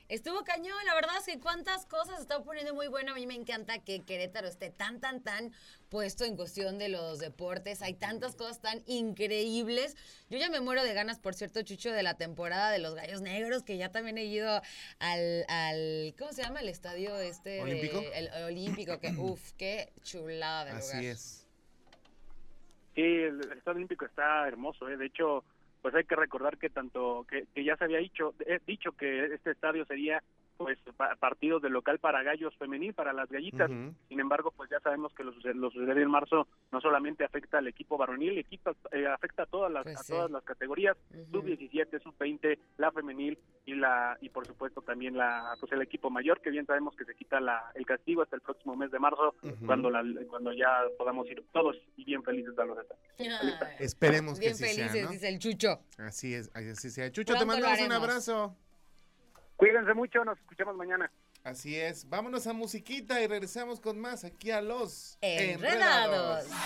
Estuvo cañón, la verdad es que cuántas cosas se está poniendo muy bueno. A mí me encanta que Querétaro esté tan puesto en cuestión de los deportes. Hay tantas cosas tan increíbles. Yo ya me muero de ganas, por cierto, Chucho, de la temporada de los Gallos Negros, que ya también he ido al ¿cómo se llama? El estadio ¿Olímpico? El Olímpico, que qué chulada de lugar. Así es. Sí, el Estadio Olímpico está hermoso, De hecho, pues hay que recordar que que ya se había dicho que este estadio sería pues partidos de local para gallos femenil, para las gallitas. Sin embargo, pues ya sabemos que lo sucedido en marzo no solamente afecta al equipo varonil, afecta a todas las categorías, sub-17, sub-20, la femenil y por supuesto también el equipo mayor, que bien sabemos que se quita el castigo hasta el próximo mes de marzo, cuando ya podamos ir todos y bien felices a los estadios. Esperemos que bien así felices, sea, ¿no? dice el Chucho. Así es, así sea. Chucho, Pronto te lo mandamos un haremos. abrazo. Cuídense mucho, nos escuchamos mañana. Así es. Vámonos a musiquita y regresamos con más aquí a Los Enredados. Enredados.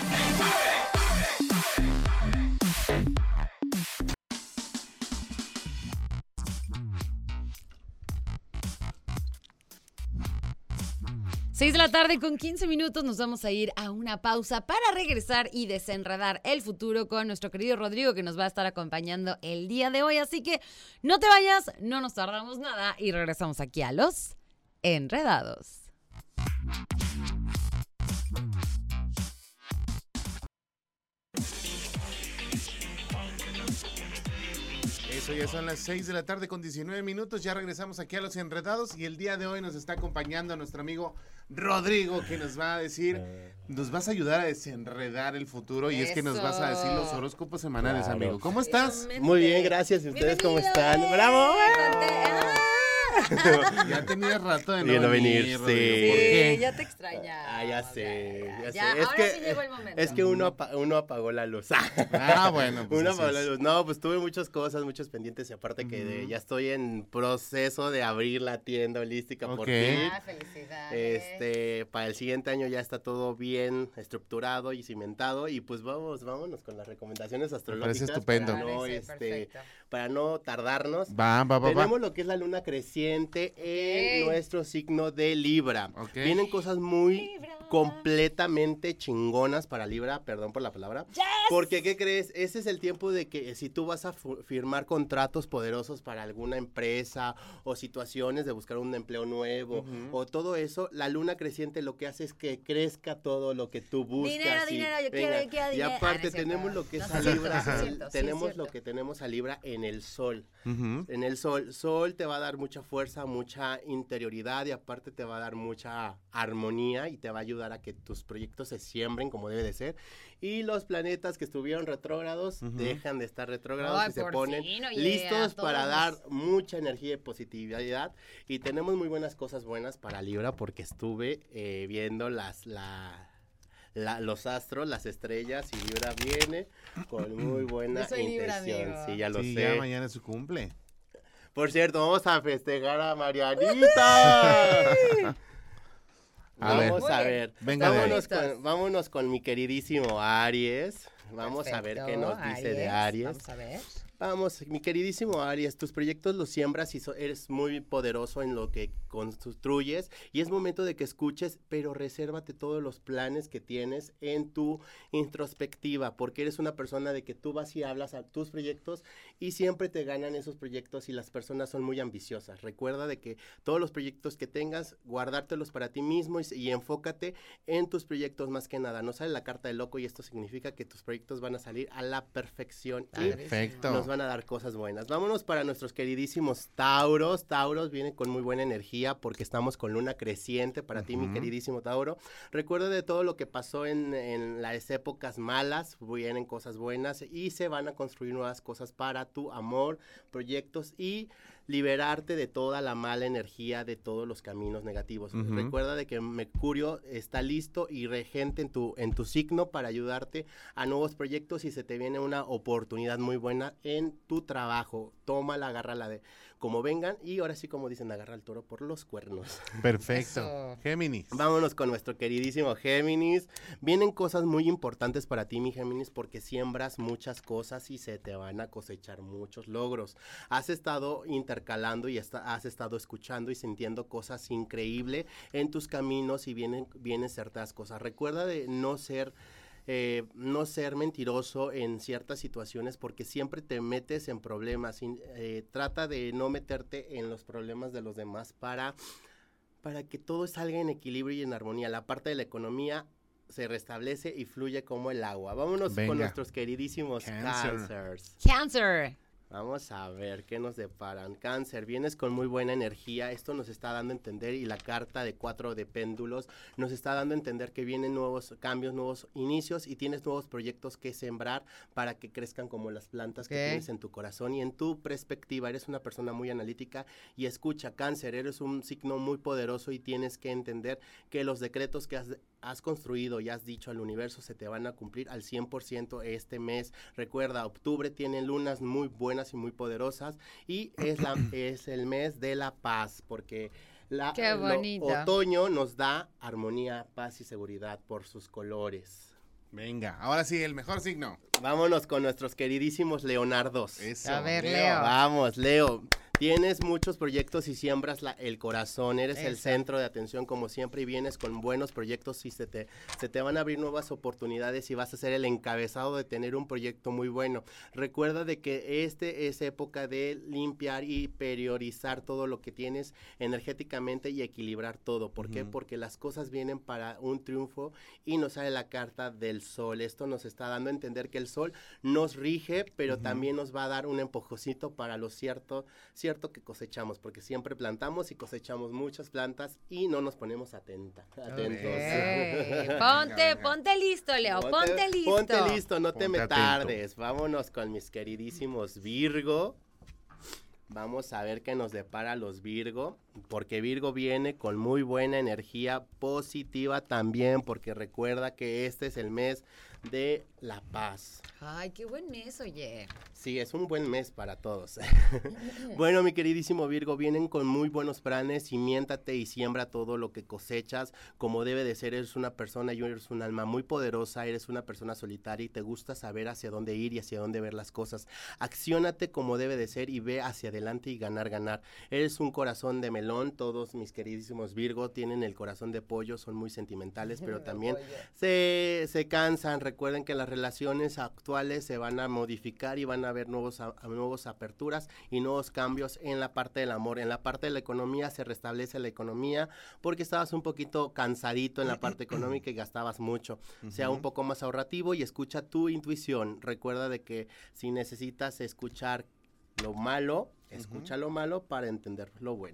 6 de la tarde con 15 minutos, nos vamos a ir a una pausa para regresar y desenredar el futuro con nuestro querido Rodrigo, que nos va a estar acompañando el día de hoy. Así que no te vayas, no nos tardamos nada y regresamos aquí a Los Enredados. Eso ya son las 6 de la tarde con 19 minutos. Ya regresamos aquí a Los Enredados y el día de hoy nos está acompañando nuestro amigo Rodrigo, que nos va a decir, nos vas a ayudar a desenredar el futuro y es que nos vas a decir los horóscopos semanales, amigo. ¿Cómo estás? Muy bien, gracias. ¿Y ustedes cómo están? ¡Bravo! Ya tenías rato de no venir, Rodrigo. sí. ¿Por qué? Ya te extrañaba. Ya sé. Ya, Es ahora que, sí llegó el momento. Es que uno apagó la luz. Bueno. Pues uno apagó la luz. No, pues tuve muchas cosas, muchos pendientes y aparte que ya estoy en proceso de abrir la tienda holística por fin. Felicidades. Para el siguiente año ya está todo bien estructurado y cimentado y pues vámonos con las recomendaciones astrológicas. Me parece estupendo. Para no tardarnos. Va. Tenemos lo que es la luna creciente en nuestro signo de Libra. Vienen cosas muy completamente chingonas para Libra, perdón por la palabra. Yes. Porque, ¿qué crees? Ese es el tiempo de que si tú vas a firmar contratos poderosos para alguna empresa o situaciones de buscar un empleo nuevo o todo eso, la luna creciente lo que hace es que crezca todo lo que tú buscas. Dinero, yo quiero dinero. Y aparte tenemos lo que es a Libra, tenemos lo que tenemos a Libra en el sol. En el sol te va a dar mucha fuerza, mucha interioridad y aparte te va a dar mucha armonía y te va a ayudar a que tus proyectos se siembren como debe de ser. Y los planetas que estuvieron retrógrados dejan de estar retrógrados y se ponen listos para dar mucha energía y positividad. Y tenemos muy buenas cosas buenas para Libra porque estuve viendo los astros, las estrellas y Libra viene con muy buena intención. Sí, ya lo sé. Ya mañana es su cumple. Por cierto, vamos a festejar a Marianita. Vamos a ver. Venga, vámonos con mi queridísimo Aries. Vamos a ver qué nos dice de Aries. Vamos a ver. Vamos, mi queridísimo Aries, tus proyectos los siembras y eres muy poderoso en lo que construyes y es momento de que escuches, pero resérvate todos los planes que tienes en tu introspectiva, porque eres una persona de que tú vas y hablas a tus proyectos y siempre te ganan esos proyectos y las personas son muy ambiciosas. Recuerda de que todos los proyectos que tengas, guardártelos para ti mismo y enfócate en tus proyectos más que nada. No sale la carta de loco y esto significa que tus proyectos van a salir a la perfección. Perfecto. Nos van a dar cosas buenas. Vámonos para nuestros queridísimos Tauros. Tauros vienen con muy buena energía porque estamos con luna creciente para ti, mi queridísimo Tauro. Recuerda de todo lo que pasó en las épocas malas, vienen cosas buenas y se van a construir nuevas cosas para tu amor, proyectos y liberarte de toda la mala energía de todos los caminos negativos. Recuerda de que Mercurio está listo y regente en tu signo para ayudarte a nuevos proyectos y se te viene una oportunidad muy buena en tu trabajo. Tómala, agárrala de como vengan y ahora sí, como dicen, agarra al toro por los cuernos. Perfecto. Eso. Géminis. Vámonos con nuestro queridísimo Géminis. Vienen cosas muy importantes para ti, mi Géminis, porque siembras muchas cosas y se te van a cosechar muchos logros. Has estado intercambiando intercalando y has estado escuchando y sintiendo cosas increíbles en tus caminos y vienen ciertas cosas. Recuerda de no ser mentiroso en ciertas situaciones porque siempre te metes en problemas. Trata de no meterte en los problemas de los demás para que todo salga en equilibrio y en armonía. La parte de la economía se restablece y fluye como el agua. Vámonos con nuestros queridísimos Cancers. Cáncer. Vamos a ver qué nos deparan. Cáncer, vienes con muy buena energía, esto nos está dando a entender, y la carta de 4 de péndulos nos está dando a entender que vienen nuevos cambios, nuevos inicios, y tienes nuevos proyectos que sembrar para que crezcan como las plantas que tienes en tu corazón y en tu perspectiva. Eres una persona muy analítica y escucha. Cáncer, eres un signo muy poderoso y tienes que entender que los decretos que has construido y has dicho al universo se te van a cumplir al 100% este mes. Recuerda, octubre tiene lunas muy buenas y muy poderosas y es el mes de la paz, porque otoño nos da armonía, paz y seguridad por sus colores. Venga, ahora sí, el mejor signo. Vámonos con nuestros queridísimos Leonardos. Eso, a ver, Leo. Vamos, Leo. Tienes muchos proyectos y siembras el corazón, eres el centro de atención como siempre y vienes con buenos proyectos y se te van a abrir nuevas oportunidades y vas a ser el encabezado de tener un proyecto muy bueno. Recuerda de que es época de limpiar y priorizar todo lo que tienes energéticamente y equilibrar todo. ¿Por qué? Porque las cosas vienen para un triunfo y nos sale la carta del sol. Esto nos está dando a entender que el sol nos rige, pero también nos va a dar un empujocito para lo cierto que cosechamos, porque siempre plantamos y cosechamos muchas plantas y no nos ponemos atentos. Ponte listo, Leo, ponte listo. Ponte listo, no te me tardes. Vámonos con mis queridísimos Virgo. Vamos a ver qué nos depara los Virgo, porque Virgo viene con muy buena energía positiva también, porque recuerda que este es el mes de la paz. Ay, qué buen mes, oye. Sí, es un buen mes para todos. Bueno, mi queridísimo Virgo, vienen con muy buenos planes, cimiéntate y siembra todo lo que cosechas como debe de ser. Eres una persona y eres un alma muy poderosa, eres una persona solitaria y te gusta saber hacia dónde ir y hacia dónde ver las cosas. Acciónate como debe de ser y ve hacia adelante y ganar. Eres un corazón de melón, todos mis queridísimos Virgo tienen el corazón de pollo, son muy sentimentales, pero también se cansan. Recuerden que las relaciones actuales se van a modificar y van a haber nuevas aperturas y nuevos cambios en la parte del amor. En la parte de la economía se restablece la economía porque estabas un poquito cansadito en la parte económica y gastabas mucho. Sea un poco más ahorrativo y escucha tu intuición. Recuerda de que si necesitas escuchar lo malo, escucha lo malo para entender lo bueno.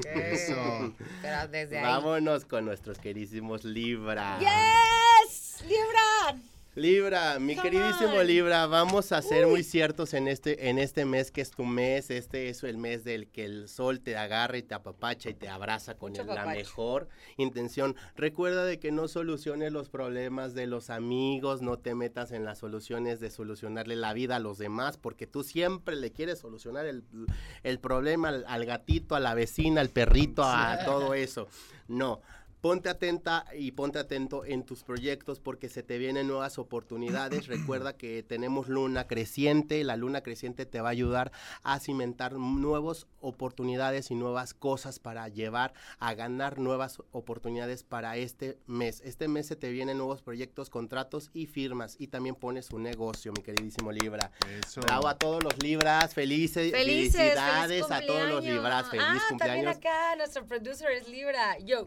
Eso. Pero desde ahí. Vámonos con nuestros queridísimos Libra. ¡Yes! ¡Libra! Libra, mi queridísimo Libra, vamos a ser muy ciertos en este mes que es tu mes. Este es el mes del que el sol te agarra y te apapacha y te abraza con la mejor intención. Recuerda de que no soluciones los problemas de los amigos, no te metas en las soluciones de solucionarle la vida a los demás, porque tú siempre le quieres solucionar el problema al gatito, a la vecina, al perrito, a todo eso. No. Ponte atenta y ponte atento en tus proyectos porque se te vienen nuevas oportunidades. Recuerda que tenemos luna creciente. La luna creciente te va a ayudar a cimentar nuevas oportunidades y nuevas cosas para llevar a ganar nuevas oportunidades para este mes. Este mes se te vienen nuevos proyectos, contratos y firmas y también pones un negocio, mi queridísimo Libra. Eso. Bravo a todos los Libras. Felicidades a todos los Libras. Feliz cumpleaños. También acá nuestro producer es Libra. Yo.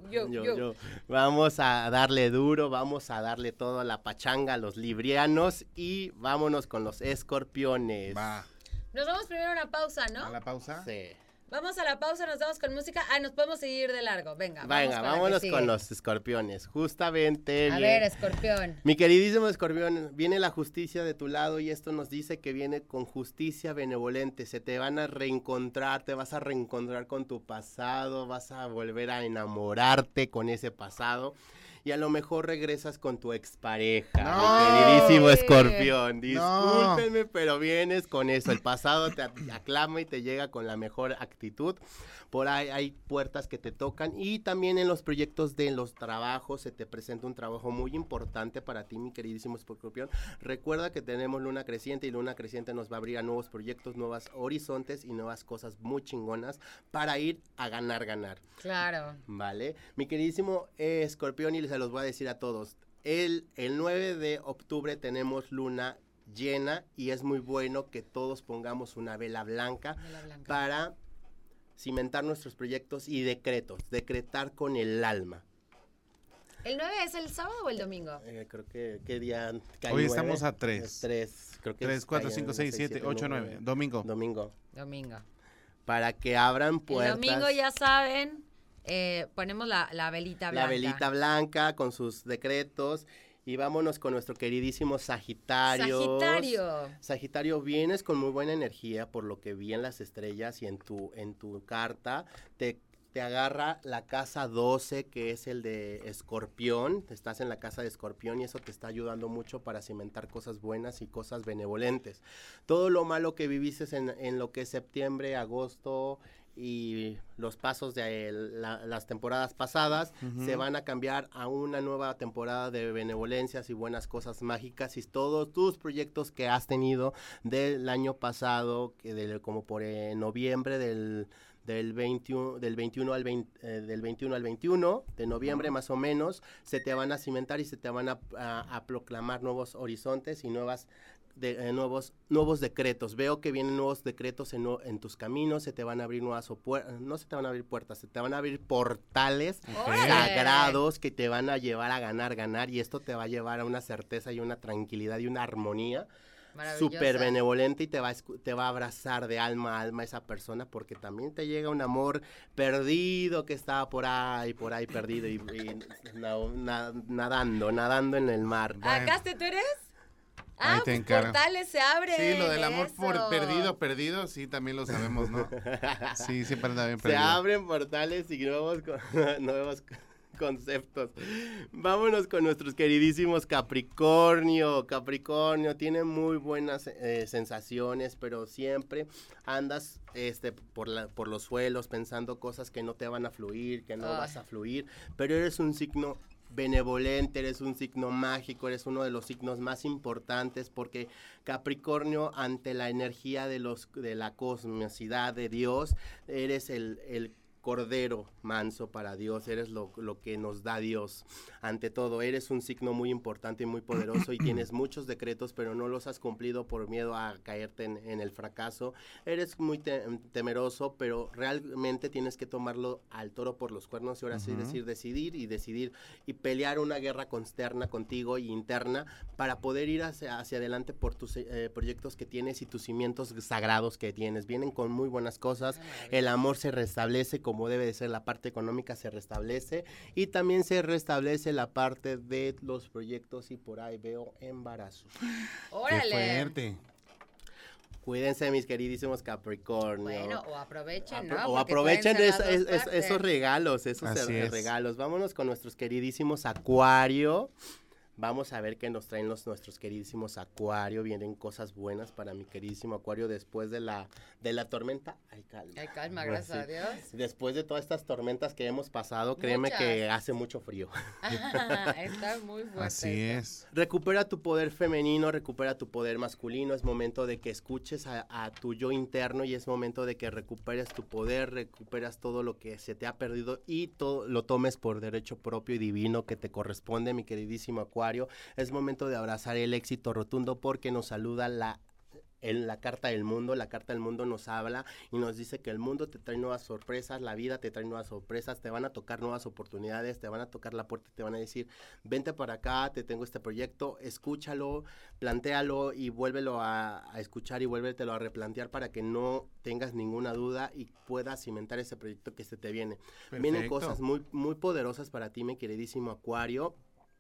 Vamos a darle duro, vamos a darle todo a la pachanga a los librianos y vámonos con los escorpiones. Va. Nos vamos primero a una pausa, ¿no? ¿A la pausa? Sí. Vamos a la pausa, nos vamos con música. Nos podemos seguir de largo. Venga, vámonos con los escorpiones. Justamente. A ver, escorpión. Mi queridísimo escorpión, viene la justicia de tu lado y esto nos dice que viene con justicia benevolente. Se te van a reencontrar, te vas a reencontrar con tu pasado, vas a volver a enamorarte con ese pasado. y a lo mejor regresas con tu expareja, No. mi queridísimo Ay. Escorpión. No. Discúlpenme, pero vienes con eso. El pasado te aclama y te llega con la mejor actitud. Por ahí hay puertas que te tocan y también en los proyectos de los trabajos se te presenta un trabajo muy importante para ti, mi queridísimo Escorpión. Recuerda que tenemos luna creciente y luna creciente nos va a abrir a nuevos proyectos, nuevos horizontes y nuevas cosas muy chingonas para ir a ganar. Claro. Vale, mi queridísimo Escorpión, y se los voy a decir a todos, el 9 de octubre tenemos luna llena y es muy bueno que todos pongamos una vela blanca. Para cimentar nuestros proyectos y decretar con el alma. ¿El 9 es el sábado o el domingo? Creo que, ¿qué día cae? Hoy 9? estamos a 3. Es 3, creo que 3, 4, 5, 6, 7, 8, 9. Domingo. Domingo. Domingo. Para que abran puertas. El domingo, ya saben, ponemos la velita blanca. La velita blanca con sus decretos. Y vámonos con nuestro queridísimo Sagitario. Sagitario, vienes con muy buena energía por lo que vi en las estrellas y en tu carta. Te agarra la casa 12, que es el de Escorpión. Estás en la casa de Escorpión y eso te está ayudando mucho para cimentar cosas buenas y cosas benevolentes. Todo lo malo que viviste en lo que es septiembre, agosto y los pasos de las temporadas pasadas se van a cambiar a una nueva temporada de benevolencias y buenas cosas mágicas, y todos tus proyectos que has tenido del año pasado, como por noviembre del 21 al 21 de noviembre más o menos, se te van a cimentar y se te van a proclamar nuevos horizontes y nuevos decretos. Veo que vienen nuevos decretos en tus caminos, se te van a abrir no se te van a abrir puertas, se te van a abrir portales sagrados que te van a llevar a ganar, y esto te va a llevar a una certeza y una tranquilidad y una armonía súper benevolente, y te va a abrazar de alma a alma esa persona, porque también te llega un amor perdido que estaba por ahí perdido y nadando en el mar. ¿Acaste tú eres? Ahí te encargo. Portales se abren. Sí, lo del amor perdido, sí, también lo sabemos, ¿no? Sí, siempre anda bien perdido. Se abren portales y nuevos conceptos. Vámonos con nuestros queridísimos Capricornio. Capricornio tiene muy buenas sensaciones, pero siempre andas por los suelos pensando cosas que no te van a fluir, que no vas a fluir, pero eres un signo benevolente, eres un signo mágico, eres uno de los signos más importantes, porque Capricornio, ante la energía de la cosmosidad de Dios, eres el cordero manso para Dios, eres lo que nos da Dios. Ante todo, eres un signo muy importante y muy poderoso y tienes muchos decretos, pero no los has cumplido por miedo a caerte en el fracaso. Eres muy temeroso, pero realmente tienes que tomarlo al toro por los cuernos y ahora sí decidir y pelear una guerra externa contigo y interna para poder ir hacia adelante por tus proyectos que tienes y tus cimientos sagrados que tienes. Vienen con muy buenas cosas, el amor se restablece como debe de ser, la parte económica se restablece y también se restablece la parte de los proyectos, y por ahí veo embarazo. ¡Órale! ¡Qué fuerte! Cuídense, mis queridísimos Capricornio. Bueno, o aprovechen, ¿no? O Porque aprovechen pueden ser las dos esos regalos, regalos. Vámonos con nuestros queridísimos Acuario. Vamos a ver qué nos traen nuestros queridísimos Acuario. Vienen cosas buenas para mi queridísimo Acuario después de la tormenta. Ay, calma. Ay, calma, gracias a Dios. Después de todas estas tormentas que hemos pasado, créeme que hace mucho frío. Está muy fuerte. Así es. Recupera tu poder femenino, recupera tu poder masculino. Es momento de que escuches a tu yo interno y es momento de que recuperes tu poder, recuperas todo lo que se te ha perdido y todo lo tomes por derecho propio y divino que te corresponde, mi queridísimo Acuario. Es momento de abrazar el éxito rotundo porque nos saluda la carta del mundo. La carta del mundo nos habla y nos dice que el mundo te trae nuevas sorpresas, la vida te trae nuevas sorpresas, te van a tocar nuevas oportunidades, te van a tocar la puerta y te van a decir, vente para acá, te tengo este proyecto, escúchalo, plantéalo y vuélvelo a escuchar y vuélvetelo a replantear para que no tengas ninguna duda y puedas cimentar ese proyecto que se te viene. Perfecto. Vienen cosas muy, muy poderosas para ti, mi queridísimo Acuario.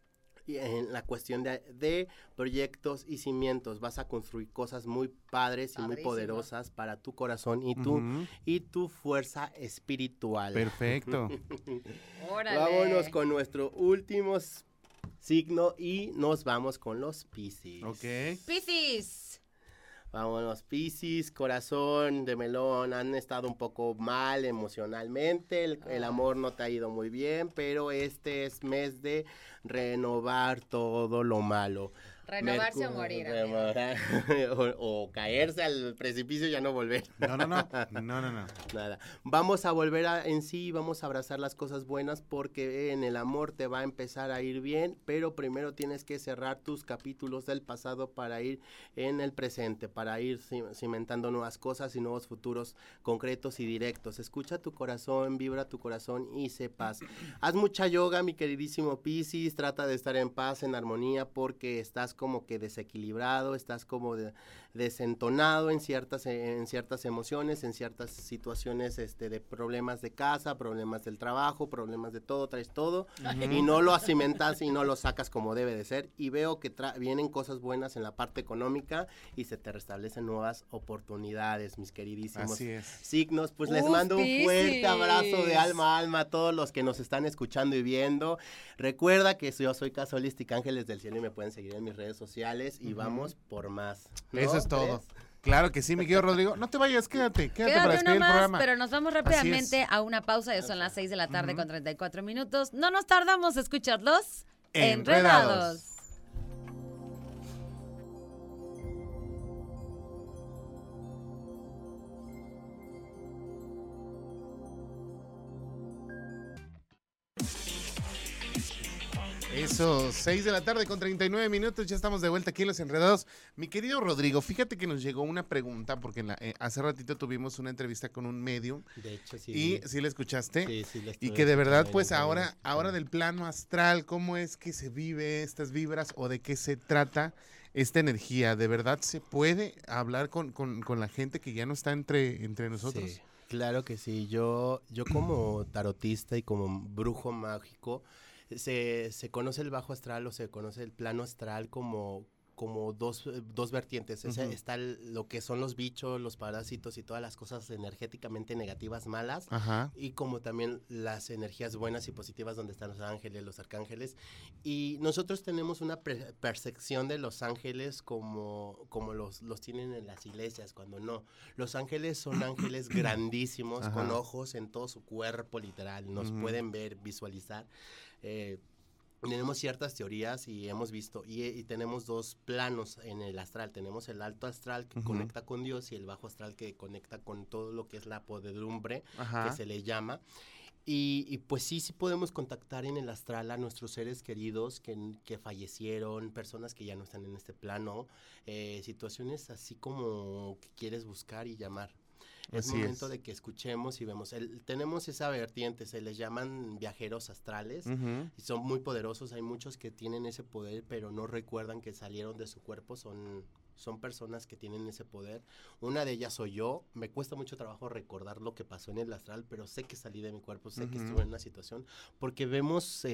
Y en la cuestión de proyectos y cimientos, vas a construir cosas muy padres y muy poderosas para tu corazón y tu fuerza espiritual. Perfecto. Órale. Vámonos con nuestro último signo y nos vamos con los Piscis. Ok. Piscis. Vámonos, Piscis, corazón de melón, han estado un poco mal emocionalmente, el amor no te ha ido muy bien, pero este es mes de renovar todo lo malo. Renovarse o morir. o caerse al precipicio y ya no volver. No. Nada. Vamos a volver en sí, vamos a abrazar las cosas buenas porque en el amor te va a empezar a ir bien, pero primero tienes que cerrar tus capítulos del pasado para ir en el presente, para ir cimentando nuevas cosas y nuevos futuros concretos y directos. Escucha tu corazón, vibra tu corazón y sé paz. Haz mucha yoga, mi queridísimo Piscis, trata de estar en paz, en armonía, porque estás como que desequilibrado, estás como desentonado en ciertas emociones, en ciertas situaciones de problemas de casa, problemas del trabajo, problemas de todo, traes todo y no lo cimentas y no lo sacas como debe de ser, y veo que vienen cosas buenas en la parte económica y se te restablecen nuevas oportunidades, mis queridísimos signos. Pues les mando un fuerte abrazo de alma a alma a todos los que nos están escuchando y viendo. Recuerda que yo soy Casa Holística Ángeles del Cielo y me pueden seguir en mis redes sociales y vamos por más, ¿no? Eso es todo. Claro que sí, mi querido Rodrigo. No te vayas, quédate para despedir el programa. Pero nos vamos rápidamente a una pausa. Ya son las 6 de la tarde con 34 minutos. No nos tardamos a escucharlos. Enredados. Eso, 6 de la tarde con 39 minutos, ya estamos de vuelta aquí en Los Enredados. Mi querido Rodrigo, fíjate que nos llegó una pregunta, porque hace ratito tuvimos una entrevista con un medium. De hecho, sí. ¿Y sí la escuchaste? Sí, la y que de verdad, pues ahora del plano astral, ¿cómo es que se vive estas vibras o de qué se trata esta energía? ¿De verdad se puede hablar con la gente que ya no está entre nosotros? Sí, claro que sí. Yo como tarotista y como brujo mágico, se conoce el bajo astral o se conoce el plano astral como dos vertientes. Está lo que son los bichos, los parásitos y todas las cosas energéticamente negativas, malas. Y como también las energías buenas y positivas, donde están los ángeles, los arcángeles. Y nosotros tenemos una percepción de los ángeles como los tienen en las iglesias, cuando no. Los ángeles son ángeles grandísimos, con ojos en todo su cuerpo, literal. Nos pueden ver, visualizar. Tenemos ciertas teorías y hemos visto, y tenemos dos planos en el astral. Tenemos el alto astral que conecta con Dios y el bajo astral que conecta con todo lo que es la podredumbre, que se le llama. Y pues sí podemos contactar en el astral a nuestros seres queridos que fallecieron, personas que ya no están en este plano, situaciones así como que quieres buscar y llamar. Es momento de que escuchemos y vemos. Tenemos esa vertiente, se les llaman viajeros astrales, y son muy poderosos. Hay muchos que tienen ese poder, pero no recuerdan que salieron de su cuerpo. Son personas que tienen ese poder. Una de ellas soy yo. Me cuesta mucho trabajo recordar lo que pasó en el astral, pero sé que salí de mi cuerpo, sé que estuve en una situación, porque vemos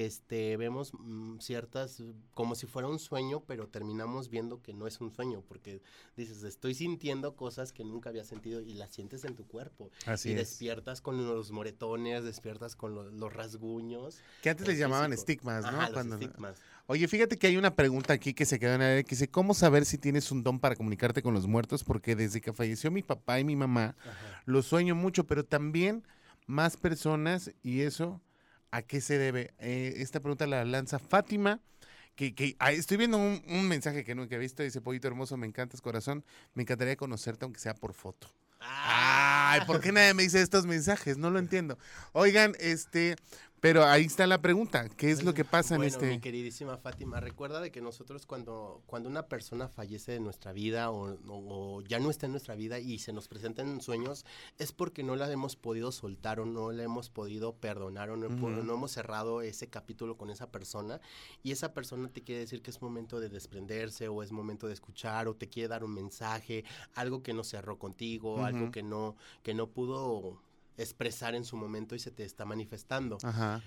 ciertas, como si fuera un sueño, pero terminamos viendo que no es un sueño, porque dices, estoy sintiendo cosas que nunca había sentido y las sientes en tu cuerpo. Así y es. Despiertas con los moretones, despiertas con los rasguños. Que antes les llamaban estigmas, ¿no? Ajá, los estigmas. Oye, fíjate que hay una pregunta aquí que se quedó en el aire, que dice, ¿cómo saber si tienes un don para comunicarte con los muertos? Porque desde que falleció mi papá y mi mamá, lo sueño mucho, pero también más personas, y eso, ¿a qué se debe? Esta pregunta la lanza Fátima, que estoy viendo un mensaje que nunca he visto, dice, Pollito hermoso, me encantas, corazón, me encantaría conocerte, aunque sea por foto. Ay, ¿por qué nadie me dice estos mensajes? No lo entiendo. Oigan, pero ahí está la pregunta, ¿qué es lo que pasa en mi queridísima Fátima, recuerda de que nosotros cuando una persona fallece de nuestra vida o ya no está en nuestra vida y se nos presentan en sueños, es porque no la hemos podido soltar o no la hemos podido perdonar o no hemos cerrado ese capítulo con esa persona, y esa persona te quiere decir que es momento de desprenderse o es momento de escuchar o te quiere dar un mensaje, algo que no cerró contigo, algo que no pudo expresar en su momento y se te está manifestando.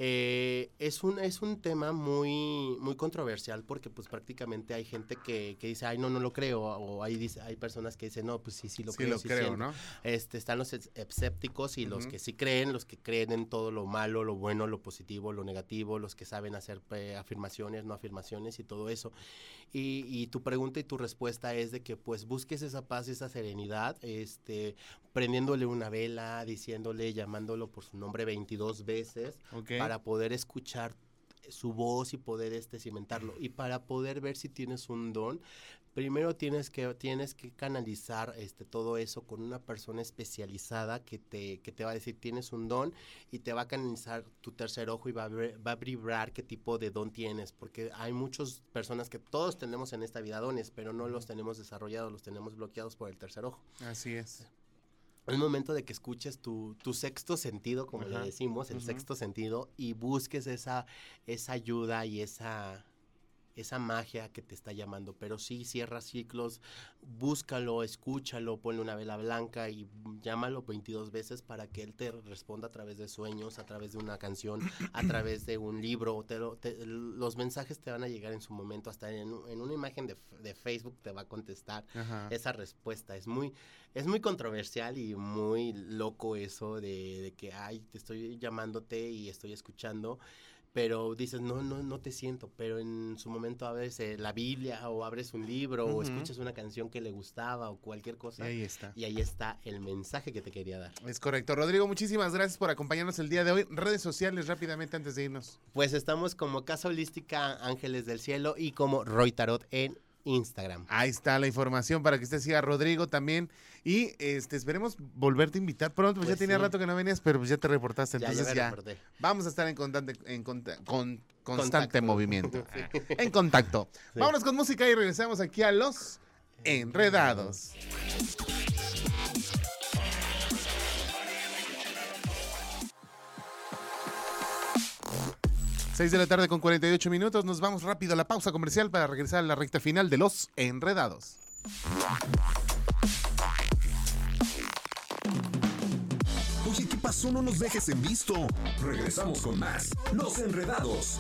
Es un tema muy, muy controversial porque pues prácticamente hay gente que dice, ay, no lo creo, o hay personas que dicen, no, pues sí lo creo, creo, ¿no? Están los escépticos y los que sí creen, los que creen en todo lo malo, lo bueno, lo positivo, lo negativo, los que saben hacer afirmaciones, no afirmaciones y todo eso. Y tu pregunta y tu respuesta es de que pues busques esa paz, esa serenidad, prendiéndole una vela, diciéndole, llamándolo por su nombre 22 veces, para poder escuchar su voz y poder cimentarlo. Y para poder ver si tienes un don, primero tienes que canalizar todo eso con una persona especializada que te va a decir tienes un don y te va a canalizar tu tercer ojo y va a vibrar qué tipo de don tienes, porque hay muchas personas que todos tenemos en esta vida dones, pero no los tenemos desarrollados, los tenemos bloqueados por el tercer ojo. Así es. Es momento de que escuches tu sexto sentido, como le decimos, el sexto sentido, y busques esa ayuda y esa magia que te está llamando. Pero sí, cierra ciclos, búscalo, escúchalo, ponle una vela blanca y llámalo 22 veces para que él te responda a través de sueños, a través de una canción, a través de un libro. Los mensajes te van a llegar en su momento, hasta en una imagen de Facebook te va a contestar esa respuesta. Es muy controversial y muy loco eso de que, ay, te estoy llamándote y estoy escuchando, pero dices, no te siento, pero en su momento abres la Biblia o abres un libro o escuchas una canción que le gustaba o cualquier cosa. Y ahí está el mensaje que te quería dar. Es correcto. Rodrigo, muchísimas gracias por acompañarnos el día de hoy. Redes sociales rápidamente antes de irnos. Pues estamos como Casa Holística Ángeles del Cielo y como Roy Tarot en Instagram. Ahí está la información para que usted siga a Rodrigo también y esperemos volverte a invitar pronto, pues ya tenía rato que no venías, pero pues ya te reportaste, entonces ya vamos a estar en constante movimiento, en contacto. Sí. Vámonos con música y regresamos aquí a Los Enredados. 6:48 p.m. Nos vamos rápido a la pausa comercial para regresar a la recta final de Los Enredados. Oye, ¿qué pasó? No nos dejes en visto. Regresamos con más Los Enredados.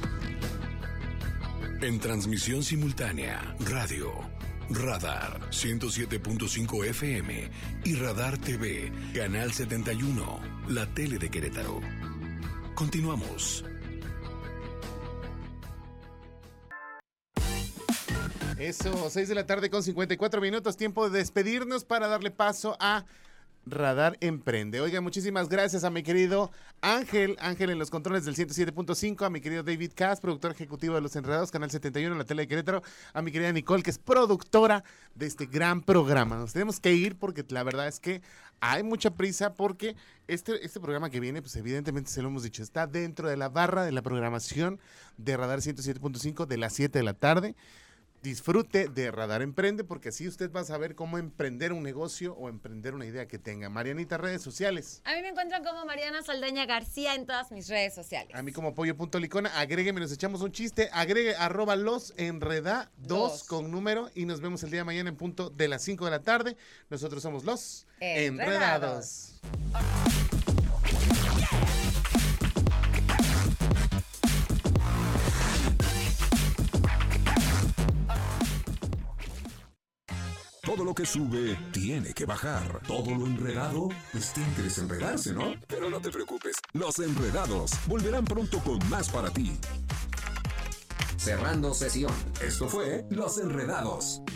En transmisión simultánea, radio, Radar 107.5 FM y Radar TV, Canal 71, la tele de Querétaro. Continuamos. Eso, 6:54 p.m, tiempo de despedirnos para darle paso a Radar Emprende. Oiga, muchísimas gracias a mi querido Ángel en los controles del 107.5, a mi querido David Kass, productor ejecutivo de Los Enredados, Canal 71, la tele de Querétaro, a mi querida Nicole, que es productora de este gran programa. Nos tenemos que ir porque la verdad es que hay mucha prisa porque este programa que viene, pues evidentemente se lo hemos dicho, está dentro de la barra de la programación de Radar 107.5 de las 7 de la tarde. Disfrute de Radar Emprende porque así usted va a saber cómo emprender un negocio o emprender una idea que tenga. Marianita, redes sociales. A mí me encuentran como Mariana Saldaña García en todas mis redes sociales. A mí como Pollo.licona. Agrégueme, nos echamos un chiste. Agregue @losenredados con número y nos vemos el día de mañana en punto de las 5 de la tarde. Nosotros somos Los Enredados. Todo lo que sube tiene que bajar. Todo lo enredado, pues tiene que desenredarse, ¿no? Pero no te preocupes, Los Enredados volverán pronto con más para ti. Cerrando sesión. Esto fue Los Enredados.